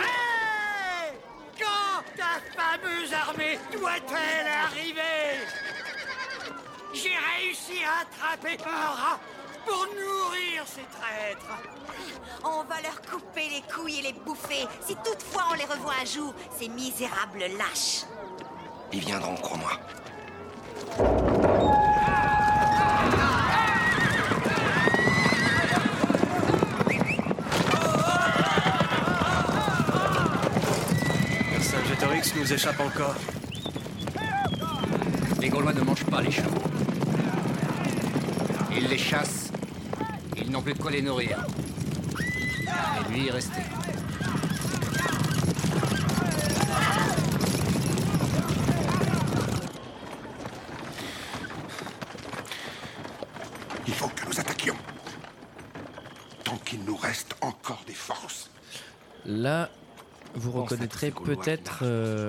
[SPEAKER 2] Quand ta fameuse armée doit-elle arriver? J'ai réussi à attraper un rat pour nourrir ces traîtres.
[SPEAKER 10] On va leur couper les couilles et les bouffer, si toutefois on les revoit un jour, ces misérables lâches.
[SPEAKER 3] Ils viendront, crois-moi.
[SPEAKER 2] Vercingétorix nous échappe encore.
[SPEAKER 7] Les Gaulois ne mangent pas les chevaux. Ils les chassent. Ils n'ont plus de quoi les nourrir. Et lui est resté.
[SPEAKER 11] Il faut que nous attaquions. Tant qu'il nous reste encore des forces.
[SPEAKER 1] Là, vous reconnaîtrez peut-être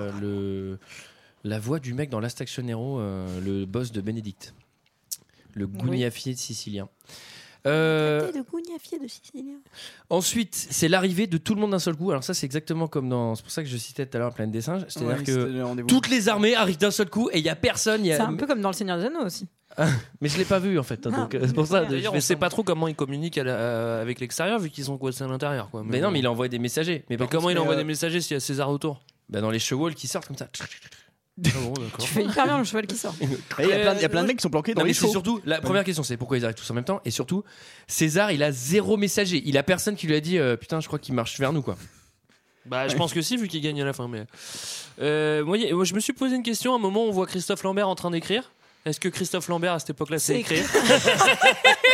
[SPEAKER 1] la voix du mec dans Last Action Hero, le boss de Bénédicte. Le gougnafier sicilien.
[SPEAKER 5] De gougnafier de Sicilien.
[SPEAKER 1] Ensuite, c'est l'arrivée de tout le monde d'un seul coup. Alors ça, c'est exactement comme dans... C'est pour ça que je citais tout à l'heure Planète des singes. C'est-à-dire que toutes les armées arrivent d'un seul coup et il n'y a personne.
[SPEAKER 5] C'est un peu comme dans Le Seigneur des Anneaux aussi.
[SPEAKER 1] Mais je l'ai pas vu en fait.
[SPEAKER 5] Ah,
[SPEAKER 1] Donc c'est pour ça.
[SPEAKER 6] D'ailleurs, on sait pas trop comment ils communiquent avec l'extérieur vu qu'ils sont coincés à l'intérieur. Quoi.
[SPEAKER 1] Mais non, mais il envoie des messagers. Mais
[SPEAKER 6] comment il envoie des messagers s'il y a César autour?
[SPEAKER 1] Bah dans les chevaux qui sortent comme ça.
[SPEAKER 6] Ah bon, d'accord.
[SPEAKER 5] Tu fais hyper bien le cheval qui sort.
[SPEAKER 8] il y a plein de mecs qui sont planqués dans
[SPEAKER 1] Non,
[SPEAKER 8] les
[SPEAKER 1] mais c'est
[SPEAKER 8] chevaux.
[SPEAKER 1] surtout la première question, c'est pourquoi ils arrivent tous en même temps. Et surtout, César, il a 0 messager. Il a personne qui lui a dit putain, je crois qu'il marche vers nous, quoi.
[SPEAKER 6] Bah, je pense que si, vu qu'il gagne à la fin. Mais moi, je me suis posé une question. À un moment, on voit Christophe Lambert en train d'écrire. Est-ce que Christophe Lambert à cette époque-là sait écrire?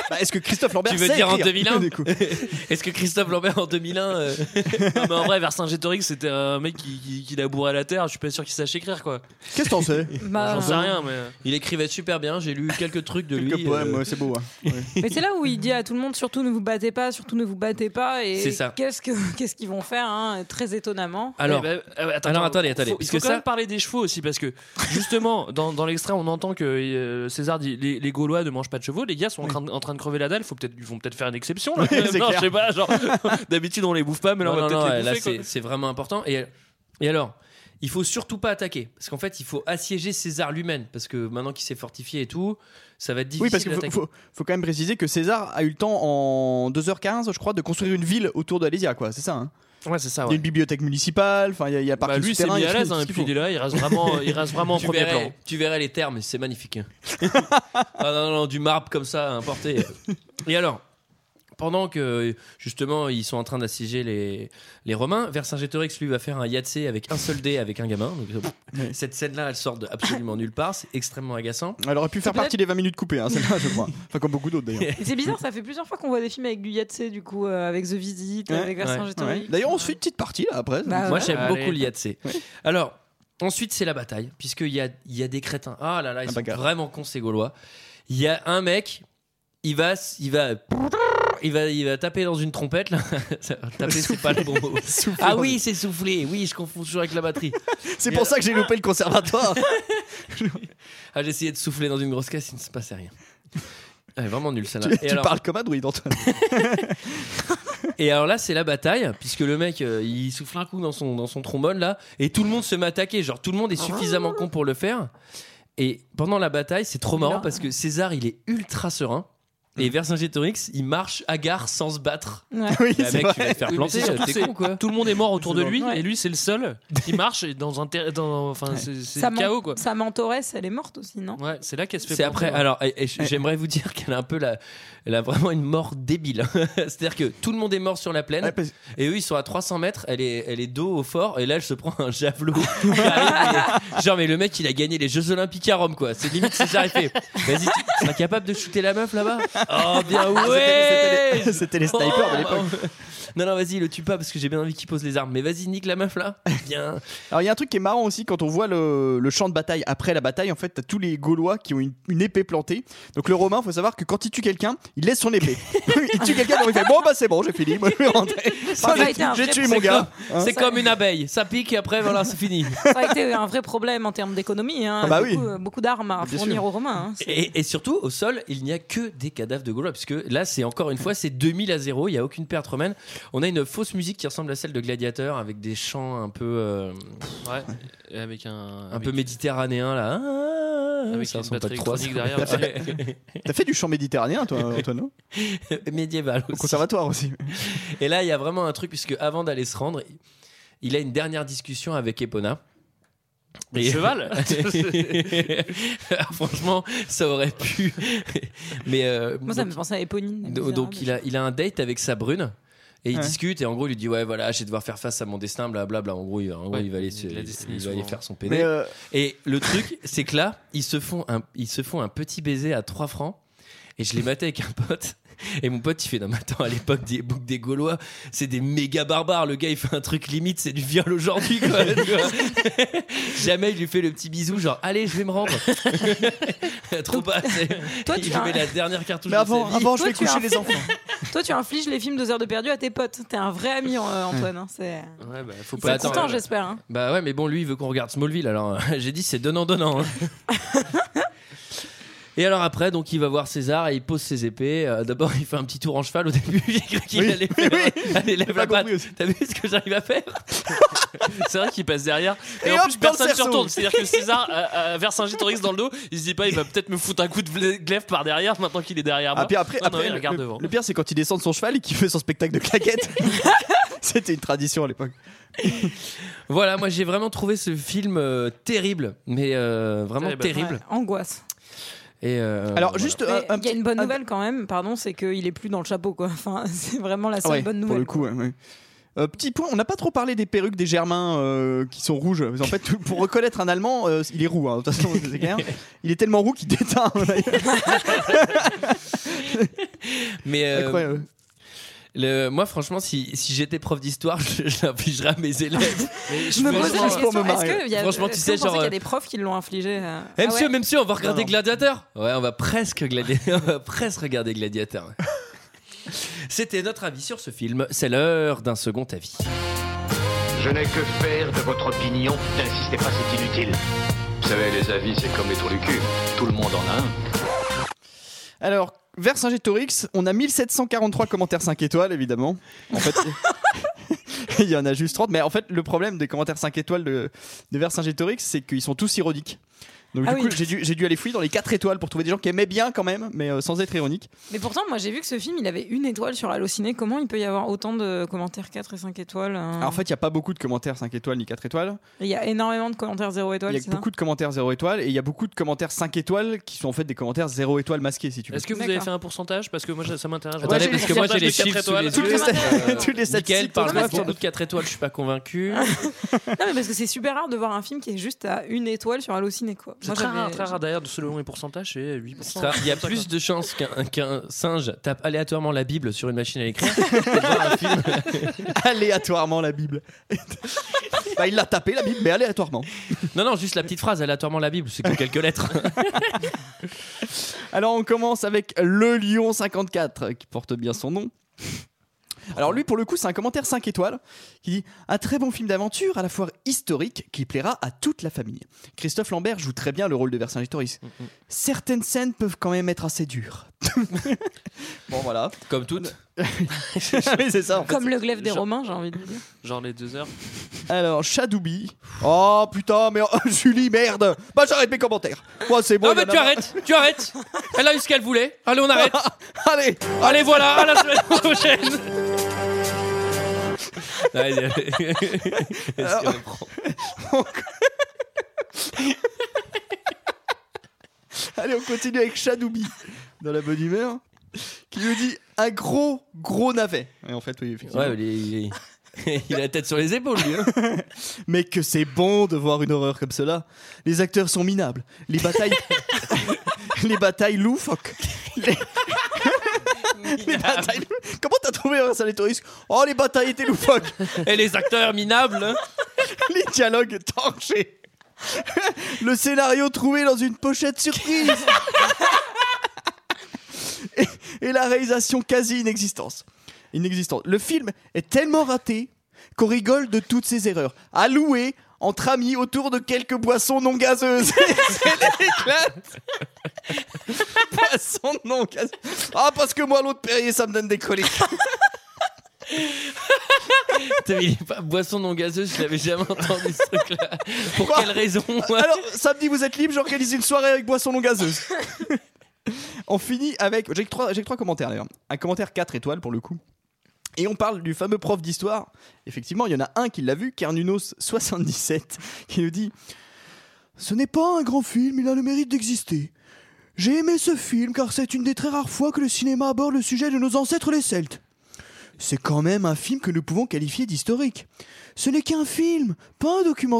[SPEAKER 8] Est-ce que Christophe Lambert
[SPEAKER 1] Tu veux
[SPEAKER 8] sait
[SPEAKER 1] dire en
[SPEAKER 8] écrire,
[SPEAKER 1] 2001
[SPEAKER 8] du coup
[SPEAKER 1] Est-ce que Christophe Lambert en 2001
[SPEAKER 6] Non, mais en vrai, Vercingétorix, c'était un mec qui labouré à la terre. Je suis pas sûr qu'il sache écrire, quoi.
[SPEAKER 8] Qu'est-ce que t'en sais
[SPEAKER 6] J'en sais rien, mais.
[SPEAKER 1] Il écrivait super bien. J'ai lu quelques trucs de lui.
[SPEAKER 8] Quelques poèmes, ouais, c'est beau. Hein.
[SPEAKER 5] Mais c'est là où il dit à tout le monde surtout ne vous battez pas, surtout ne vous battez pas. Et
[SPEAKER 1] C'est ça.
[SPEAKER 5] qu'est-ce qu'ils vont faire très étonnamment.
[SPEAKER 1] Alors, attendez.
[SPEAKER 6] Faut
[SPEAKER 1] Puisque
[SPEAKER 6] quand même parler des chevaux aussi, parce que justement, dans l'extrait, on entend que César dit les Gaulois ne mangent pas de chevaux. Les gars sont en train de crever la dalle. Ils vont peut-être faire une exception. Là,
[SPEAKER 8] Oui, c'est
[SPEAKER 6] non,
[SPEAKER 8] clair.
[SPEAKER 6] je sais pas. Genre, d'habitude, on les bouffe pas, mais là, on va peut-être les
[SPEAKER 1] là,
[SPEAKER 6] bouffer.
[SPEAKER 1] c'est vraiment important. Et alors, il faut surtout pas attaquer, parce qu'en fait, il faut assiéger César lui-même, parce que maintenant qu'il s'est fortifié et tout, ça va être difficile.
[SPEAKER 8] Oui, parce qu'il
[SPEAKER 1] d'attaquer.
[SPEAKER 8] faut quand même préciser que César a eu le temps en 2h15, je crois, de construire une ville autour d'Alésia, quoi. C'est ça. Hein.
[SPEAKER 6] Ouais, c'est ça.
[SPEAKER 8] Il y a
[SPEAKER 6] Ouais.
[SPEAKER 8] une bibliothèque municipale, enfin, il y a le parking
[SPEAKER 6] Lui, c'est
[SPEAKER 8] souterrain.
[SPEAKER 6] mis
[SPEAKER 8] il y a
[SPEAKER 6] à
[SPEAKER 8] tout
[SPEAKER 6] l'aise, hein,
[SPEAKER 8] ce
[SPEAKER 6] et
[SPEAKER 8] qu'il
[SPEAKER 6] puis
[SPEAKER 8] faut.
[SPEAKER 6] il est là, il reste vraiment en premier plan.
[SPEAKER 1] Tu verrais les termes, c'est magnifique. Ah non, du marbre comme ça, importé. Et alors, pendant que justement ils sont en train d'assiéger les Romains, Vercingétorix lui va faire un yatsé avec un seul dé avec un gamin. Donc, cette scène-là, elle sort de absolument nulle part, c'est extrêmement agaçant.
[SPEAKER 8] Elle aurait pu faire partie des 20 minutes coupées, hein, celle-là, je crois. Enfin, comme beaucoup d'autres d'ailleurs.
[SPEAKER 5] Et c'est bizarre, ça fait plusieurs fois qu'on voit des films avec du Yatsé, du coup, avec The Visit, avec Vercingétorix.
[SPEAKER 8] D'ailleurs, on se fait une petite partie là après.
[SPEAKER 5] Bah,
[SPEAKER 1] Moi,
[SPEAKER 5] ouais.
[SPEAKER 1] j'aime
[SPEAKER 6] Allez.
[SPEAKER 1] beaucoup le yatsé. Alors, ensuite, c'est la bataille, puisqu'il y a des crétins. Ah là là, ils sont vraiment cons, ces Gaulois. Il y a un mec, il va taper dans une trompette là. Taper, c'est pas le bon mot. Ah oui, c'est souffler. Oui, je confonds toujours avec la batterie.
[SPEAKER 8] C'est pour ça que j'ai loupé le conservatoire.
[SPEAKER 1] Ah, j'ai essayé de souffler dans une grosse caisse, il ne se passait rien. Elle est vraiment nulle celle-là.
[SPEAKER 8] Tu parles comme un druide, Antoine.
[SPEAKER 1] Et alors là, c'est la bataille, puisque le mec, il souffle un coup dans son trombone là, et tout le monde se met à attaquer. Genre, tout le monde est suffisamment con pour le faire. Et pendant la bataille, c'est trop marrant parce que César, il est ultra serein. Et Vercingétorix, il marche hagard sans se battre.
[SPEAKER 5] Ouais.
[SPEAKER 8] Oui,
[SPEAKER 1] Bah,
[SPEAKER 8] c'est
[SPEAKER 1] mec,
[SPEAKER 8] vrai.
[SPEAKER 1] tu vas te faire
[SPEAKER 6] Oui, mais
[SPEAKER 1] planter,
[SPEAKER 6] surtout,
[SPEAKER 1] t'es con quoi.
[SPEAKER 6] Tout le monde est mort autour de lui,
[SPEAKER 5] Ouais.
[SPEAKER 6] et lui, c'est le seul qui marche dans un enfin, c'est le chaos, quoi.
[SPEAKER 5] Sa mentoresse, elle est morte aussi, non?
[SPEAKER 6] Ouais, c'est là qu'elle se fait
[SPEAKER 1] C'est
[SPEAKER 6] planter,
[SPEAKER 1] après.
[SPEAKER 6] ouais.
[SPEAKER 1] Alors, et j'aimerais vous dire qu'elle a un peu elle a vraiment une mort débile. C'est-à-dire que tout le monde est mort sur la plaine,
[SPEAKER 8] Ouais, parce-
[SPEAKER 1] et eux ils sont à 300 mètres. Elle est dos au fort, et là elle se prend un javelot. qui arrive, genre, mais le mec il a gagné les Jeux Olympiques à Rome, quoi. C'est limite César, il fait. Vas-y, tu seras capable de shooter la meuf là-bas? Oh bien ouais.
[SPEAKER 8] C'était les snipers de l'époque.
[SPEAKER 1] Non, vas-y, le tue pas parce que j'ai bien envie qu'il pose les armes. Mais vas-y, nique la meuf là. Bien.
[SPEAKER 8] Alors il y a un truc qui est marrant aussi quand on voit le champ de bataille après la bataille. En fait, t'as tous les Gaulois qui ont une épée plantée. Donc le Romain, faut savoir que quand il tue quelqu'un, il laisse son épée. Il tue quelqu'un, donc il fait bon bah c'est bon, j'ai fini, moi je vais rentrer.
[SPEAKER 5] Ça a été un
[SPEAKER 8] J'ai
[SPEAKER 5] vrai
[SPEAKER 8] tué mon gars.
[SPEAKER 1] C'est comme une abeille. Ça pique et après voilà, c'est fini.
[SPEAKER 5] Ça a été un vrai problème en termes d'économie. Hein.
[SPEAKER 8] Ah bah oui.
[SPEAKER 5] Beaucoup d'armes à
[SPEAKER 8] Bien
[SPEAKER 5] fournir
[SPEAKER 8] sûr.
[SPEAKER 5] aux Romains. Hein.
[SPEAKER 1] Et surtout, au sol, il n'y a que des cadavres de Gaulois. Puisque là, c'est encore une fois, c'est 2000-0. Il n'y a aucune perte romaine. On a une fausse musique qui ressemble à celle de Gladiator avec des chants un peu.
[SPEAKER 6] Ouais, et avec
[SPEAKER 1] un peu méditerranéen là.
[SPEAKER 6] Avec
[SPEAKER 1] ça
[SPEAKER 6] une
[SPEAKER 1] ressemble pas
[SPEAKER 6] batterie
[SPEAKER 1] trop à
[SPEAKER 6] électronique
[SPEAKER 1] ça.
[SPEAKER 6] derrière.
[SPEAKER 8] T'as fait du chant méditerranéen, toi, Antoine, non?
[SPEAKER 1] Médiéval
[SPEAKER 8] Au
[SPEAKER 1] aussi.
[SPEAKER 8] conservatoire aussi.
[SPEAKER 1] Et là, il y a vraiment un truc, puisque avant d'aller se rendre, il a une dernière discussion avec Epona.
[SPEAKER 6] Le cheval.
[SPEAKER 1] Franchement, ça aurait pu. Mais
[SPEAKER 5] Moi, ça me fait penser à Éponine.
[SPEAKER 1] donc il a un date avec sa brune. Et il
[SPEAKER 8] Ouais.
[SPEAKER 1] discute et en gros il lui dit ouais voilà je vais devoir faire face à mon destin blablabla. En gros il va aller
[SPEAKER 6] la destinée,
[SPEAKER 1] il va aller
[SPEAKER 6] souvent.
[SPEAKER 1] faire son pédé.
[SPEAKER 8] Mais
[SPEAKER 1] Et le truc c'est que là ils se font un petit baiser à 3 francs. Et je l'ai maté avec un pote. Et mon pote il fait non mais attends, à l'époque des Gaulois c'est des méga barbares, le gars il fait un truc limite c'est du viol aujourd'hui quoi, tu vois. Jamais il lui fait le petit bisou genre allez je vais me rendre. Trop pas.
[SPEAKER 5] toi,
[SPEAKER 1] Il
[SPEAKER 5] tu
[SPEAKER 1] lui
[SPEAKER 5] as-
[SPEAKER 1] met la dernière cartouche
[SPEAKER 8] Mais
[SPEAKER 1] de sa vie.
[SPEAKER 8] avant je
[SPEAKER 5] Toi,
[SPEAKER 8] vais
[SPEAKER 5] tu as
[SPEAKER 8] coucher
[SPEAKER 5] un-
[SPEAKER 8] les enfants.
[SPEAKER 5] Toi, tu infliges les films 2 heures de perdu à tes potes. T'es un vrai ami, Antoine. Hein. C'est
[SPEAKER 6] Ouais, bah, faut
[SPEAKER 5] c'est
[SPEAKER 6] pas
[SPEAKER 1] attends,
[SPEAKER 5] content, j'espère. Hein.
[SPEAKER 1] Bah ouais mais bon lui il veut qu'on regarde Smallville alors j'ai dit c'est donnant. Hein. Et alors après, donc il va voir César et il pose ses épées. D'abord, il fait un petit tour en cheval au début. J'ai cru qu'il
[SPEAKER 8] Oui,
[SPEAKER 1] allait faire. Allez, lève
[SPEAKER 8] J'ai
[SPEAKER 1] la
[SPEAKER 8] pas
[SPEAKER 1] patte.
[SPEAKER 8] compris aussi.
[SPEAKER 1] T'as vu ce que j'arrive à faire?
[SPEAKER 6] C'est vrai qu'il passe derrière. Et,
[SPEAKER 8] Et
[SPEAKER 6] en
[SPEAKER 8] hop,
[SPEAKER 6] plus,
[SPEAKER 8] dans le
[SPEAKER 6] personne ne se
[SPEAKER 8] cerceau.
[SPEAKER 6] retourne. C'est-à-dire que César a Vercingétorix dans le dos. Il se dit pas, il va peut-être me foutre un coup de glaive par derrière maintenant qu'il est derrière moi.
[SPEAKER 8] Ah, puis après,
[SPEAKER 6] Non, il regarde devant.
[SPEAKER 8] le pire c'est quand il descend de son cheval et qu'il fait son spectacle de claquettes. C'était une tradition à l'époque.
[SPEAKER 1] Voilà, moi j'ai vraiment trouvé ce film terrible, mais vraiment terrible.
[SPEAKER 5] Ouais, angoisse.
[SPEAKER 1] Et
[SPEAKER 8] Alors
[SPEAKER 1] voilà.
[SPEAKER 8] juste
[SPEAKER 5] Mais
[SPEAKER 8] un
[SPEAKER 5] il y a une bonne nouvelle quand même, pardon, c'est qu'il est plus dans le chapeau, quoi. Enfin, c'est vraiment la seule
[SPEAKER 8] ouais,
[SPEAKER 5] bonne
[SPEAKER 8] pour
[SPEAKER 5] nouvelle.
[SPEAKER 8] le coup, ouais. Petit point, on n'a pas trop parlé des perruques des Germains qui sont rouges. En fait, pour reconnaître un Allemand, il est roux. De toute façon, c'est clair. Il est tellement roux qu'il déteint.
[SPEAKER 1] Mais
[SPEAKER 8] Incroyable.
[SPEAKER 1] moi, franchement, si j'étais prof d'histoire, je l'infligerais à mes élèves.
[SPEAKER 5] Je me pose la question,
[SPEAKER 1] Franchement, tu sais, genre.
[SPEAKER 5] Il y a des profs qui l'ont infligé.
[SPEAKER 1] Même si on va regarder Gladiateur. Ouais, on va presque regarder Gladiateur. Ouais. C'était notre avis sur ce film. C'est l'heure d'un second avis.
[SPEAKER 12] Je n'ai que faire de votre opinion. N'insistez pas, c'est inutile.
[SPEAKER 4] Vous savez, les avis, c'est comme les trous du cul. Tout le monde en a un.
[SPEAKER 8] Alors, Vercingétorix, on a 1743 commentaires 5 étoiles, évidemment. En fait, il y en a juste 30. Mais en fait, le problème des commentaires 5 étoiles de Vercingétorix, c'est qu'ils sont tous ironiques. Donc du coup, j'ai dû aller fouiller dans les 4 étoiles pour trouver des gens qui aimaient bien quand même, mais sans être ironique.
[SPEAKER 5] Mais pourtant, moi j'ai vu que ce film, il avait 1 étoile sur Allociné. Comment il peut y avoir autant de commentaires 4 et 5 étoiles
[SPEAKER 8] Alors, en fait, il n'y a pas beaucoup de commentaires 5 étoiles ni 4 étoiles.
[SPEAKER 5] Il y a énormément de commentaires 0 étoiles.
[SPEAKER 8] Il y a beaucoup de commentaires 0 étoiles et il y a beaucoup de commentaires 5 étoiles qui sont en fait des commentaires 0 étoiles masqués, si tu veux.
[SPEAKER 6] Est-ce que vous avez fait un pourcentage? Parce que moi ça m'intéresse.
[SPEAKER 1] Attendez, parce que moi j'ai les chiffres sous les yeux.
[SPEAKER 8] Toutes les statistiques.
[SPEAKER 1] Parle-moi sur d'autres 4 étoiles, je suis pas convaincu.
[SPEAKER 5] Non, mais parce que c'est super rare de voir un film qui est juste à 1 étoile sur Allociné, quoi.
[SPEAKER 6] C'est très rare d'ailleurs, selon les pourcentages, c'est 8%.
[SPEAKER 1] Il y a plus de chances qu'un singe tape aléatoirement la Bible sur une machine à écrire.
[SPEAKER 8] Aléatoirement la Bible. Bah, il l'a tapé la Bible, mais aléatoirement.
[SPEAKER 1] Non, juste la petite phrase, aléatoirement la Bible, c'est que quelques lettres.
[SPEAKER 8] Alors on commence avec le Lion 54, qui porte bien son nom. Alors lui, pour le coup, c'est un commentaire 5 étoiles qui dit « Un très bon film d'aventure, à la fois historique, qui plaira à toute la famille. Christophe Lambert joue très bien le rôle de Vercingétorix. Certaines scènes peuvent quand même être assez dures. » Bon, voilà.
[SPEAKER 1] Comme toutes.
[SPEAKER 8] Oui, c'est ça. En fait.
[SPEAKER 5] Comme le glaive des Romains, j'ai envie de dire.
[SPEAKER 6] Genre les 2 heures.
[SPEAKER 8] Alors, Chadoubi. Oh putain, mais Julie, merde. Bah, j'arrête mes commentaires. Moi, c'est bon.
[SPEAKER 1] Ah, mais tu arrêtes. Elle a eu ce qu'elle voulait. Allez, on arrête.
[SPEAKER 8] Allez,
[SPEAKER 1] voilà, à la semaine prochaine.
[SPEAKER 8] Allez, on continue avec Chadoubi dans la bonne humeur, qui nous dit un gros navet. Et en fait, oui, effectivement.
[SPEAKER 1] Ouais, il a la tête sur les épaules, lui. Hein.
[SPEAKER 8] Mais que c'est bon de voir une horreur comme cela. Les acteurs sont minables. Les batailles loufoques. Les batailles. Comment t'as trouvé Vercingétorix? Oh, les batailles étaient loufoques.
[SPEAKER 1] Et les acteurs minables. Hein.
[SPEAKER 8] Les dialogues torchés. Le scénario trouvé dans une pochette surprise. et la réalisation quasi inexistante. Le film est tellement raté qu'on rigole de toutes ses erreurs. À louer entre amis autour de quelques boissons non gazeuses. C'est l'éclate. Boissons non gazeuses. Ah, parce que moi, l'autre Perrier, ça me donne des coliques.
[SPEAKER 1] Il est pas boisson non gazeuse, je l'avais jamais entendu ce truc-là. Pour quelle raison?
[SPEAKER 8] Alors, samedi, vous êtes libre, j'organise une soirée avec boisson non gazeuse. On finit avec. J'ai que 3 commentaires d'ailleurs. Un commentaire 4 étoiles pour le coup. Et on parle du fameux prof d'histoire. Effectivement, il y en a un qui l'a vu, Kernunos77, qui nous dit « Ce n'est pas un grand film, il a le mérite d'exister. J'ai aimé ce film car c'est une des très rares fois que le cinéma aborde le sujet de nos ancêtres les Celtes. C'est quand même un film que nous pouvons qualifier d'historique. Ce n'est qu'un film, pas un documentaire. »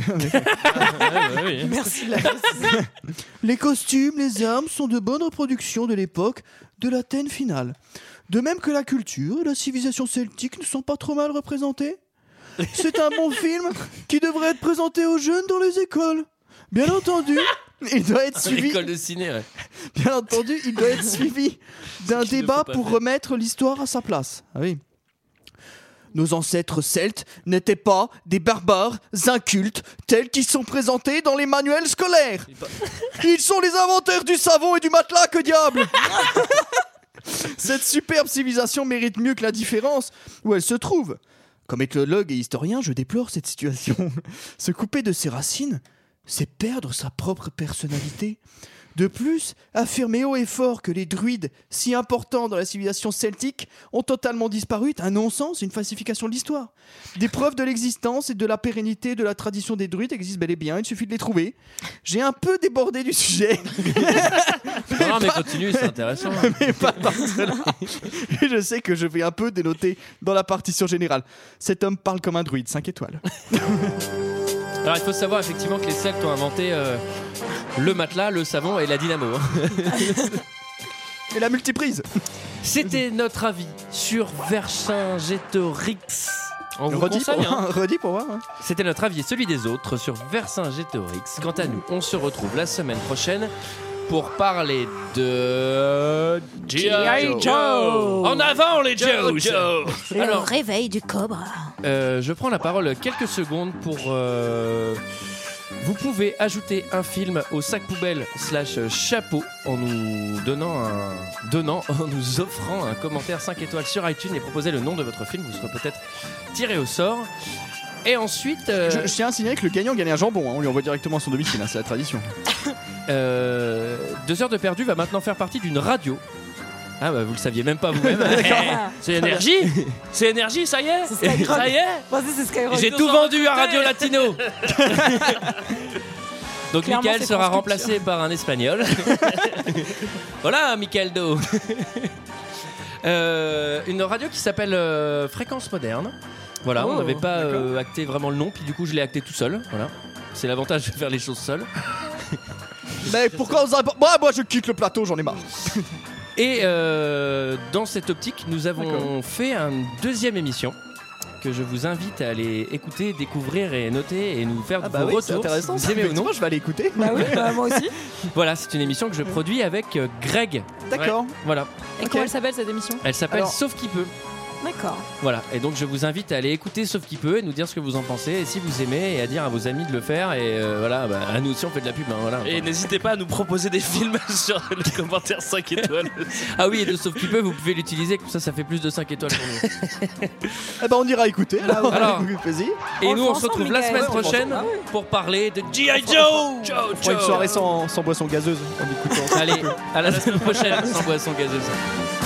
[SPEAKER 5] Merci.
[SPEAKER 8] Les costumes, les armes sont de bonnes reproductions de l'époque de l'Athènes finale. De même que la culture et la civilisation celtique ne sont pas trop mal représentées. C'est un bon film qui devrait être présenté aux jeunes dans les écoles. Bien entendu, il doit être suivi.
[SPEAKER 1] L'école de ciné, ouais.
[SPEAKER 8] Bien entendu, il doit être suivi d'un débat pour remettre l'histoire à sa place. Ah oui. Nos ancêtres celtes n'étaient pas des barbares incultes tels qu'ils sont présentés dans les manuels scolaires. Ils sont les inventeurs du savon et du matelas, que diable. Cette superbe civilisation mérite mieux que l'indifférence où elle se trouve. Comme ethnologue et historien, je déplore cette situation. Se couper de ses racines, c'est perdre sa propre personnalité. De plus, affirmer haut et fort que les druides, si importants dans la civilisation celtique, ont totalement disparu est un non-sens, une falsification de l'histoire. Des preuves de l'existence et de la pérennité de la tradition des druides existent bel et bien, il suffit de les trouver. J'ai un peu débordé du sujet.
[SPEAKER 1] Non, mais continue, c'est intéressant.
[SPEAKER 8] Mais pas par cela. Et je sais que je vais un peu dénoter dans la partition générale. Cet homme parle comme un druide, 5 étoiles.
[SPEAKER 1] Alors il faut savoir effectivement que les Celtes ont inventé le matelas, le savon et la dynamo.
[SPEAKER 8] Et la multiprise.
[SPEAKER 1] C'était notre avis sur Vercingétorix. On vous
[SPEAKER 8] Redis
[SPEAKER 1] conseille,
[SPEAKER 8] pour, redis pour voir. Ouais.
[SPEAKER 1] C'était notre avis et celui des autres sur Vercingétorix. Quant à nous, on se retrouve la semaine prochaine pour parler de G.I. Joe. En avant les Joes.
[SPEAKER 13] Le réveil du cobra.
[SPEAKER 1] Je prends la parole quelques secondes pour... Vous pouvez ajouter un film au sac poubelle / chapeau en nous en nous offrant un commentaire 5 étoiles sur iTunes et proposer le nom de votre film. Vous serez peut-être tiré au sort. Et ensuite...
[SPEAKER 8] Je tiens à signaler que le gagnant gagne un jambon. On lui envoie directement à son domicile, c'est la tradition.
[SPEAKER 1] 2 heures de perdu va maintenant faire partie d'une radio. Ah bah vous le saviez même pas vous-même.
[SPEAKER 6] C'est énergie. C'est énergie, ça y est.
[SPEAKER 5] C'est Skyrock.
[SPEAKER 6] Ça y est.
[SPEAKER 5] C'est Skyrock.
[SPEAKER 1] J'ai tout vendu à Radio Latino. Donc
[SPEAKER 5] Clairement,
[SPEAKER 1] Michael
[SPEAKER 5] c'est
[SPEAKER 1] sera
[SPEAKER 5] France
[SPEAKER 1] remplacé par un espagnol. Voilà, Michael Do. Une radio qui s'appelle Fréquence Moderne. Voilà, on n'avait pas acté vraiment le nom, puis du coup je l'ai acté tout seul. Voilà, c'est l'avantage de faire les choses seul.
[SPEAKER 8] Mais pourquoi vous avez... Moi je quitte le plateau, j'en ai marre.
[SPEAKER 1] Et dans cette optique, nous avons fait une 2e émission que je vous invite à aller écouter, découvrir et noter et nous faire vos retours.
[SPEAKER 8] C'est intéressant.
[SPEAKER 1] Si vous aimez ou non.
[SPEAKER 8] Je vais aller écouter.
[SPEAKER 5] Bah oui, moi aussi.
[SPEAKER 1] Voilà, c'est une émission que je produis avec Greg.
[SPEAKER 8] D'accord.
[SPEAKER 1] Ouais. Voilà.
[SPEAKER 5] Et comment elle s'appelle cette émission ?
[SPEAKER 1] Elle s'appelle Sauf qui peut.
[SPEAKER 5] D'accord.
[SPEAKER 1] Voilà, et donc je vous invite à aller écouter Sauf qui peut et nous dire ce que vous en pensez et si vous aimez et à dire à vos amis de le faire et voilà, bah, à nous aussi on fait de la pub. Hein, voilà.
[SPEAKER 6] Et n'hésitez pas à nous proposer des films sur le commentaire 5 étoiles.
[SPEAKER 1] Ah oui, et de Sauf qui peut, vous pouvez l'utiliser, comme ça fait plus de 5 étoiles pour nous.
[SPEAKER 8] Eh ben on ira écouter.
[SPEAKER 1] Alors,
[SPEAKER 8] plaisir.
[SPEAKER 1] Et nous on se retrouve la semaine prochaine pour parler de G.I. Joe.
[SPEAKER 8] On fera une soirée sans boisson gazeuse en écoutant.
[SPEAKER 1] Allez, à la semaine prochaine sans boisson gazeuse.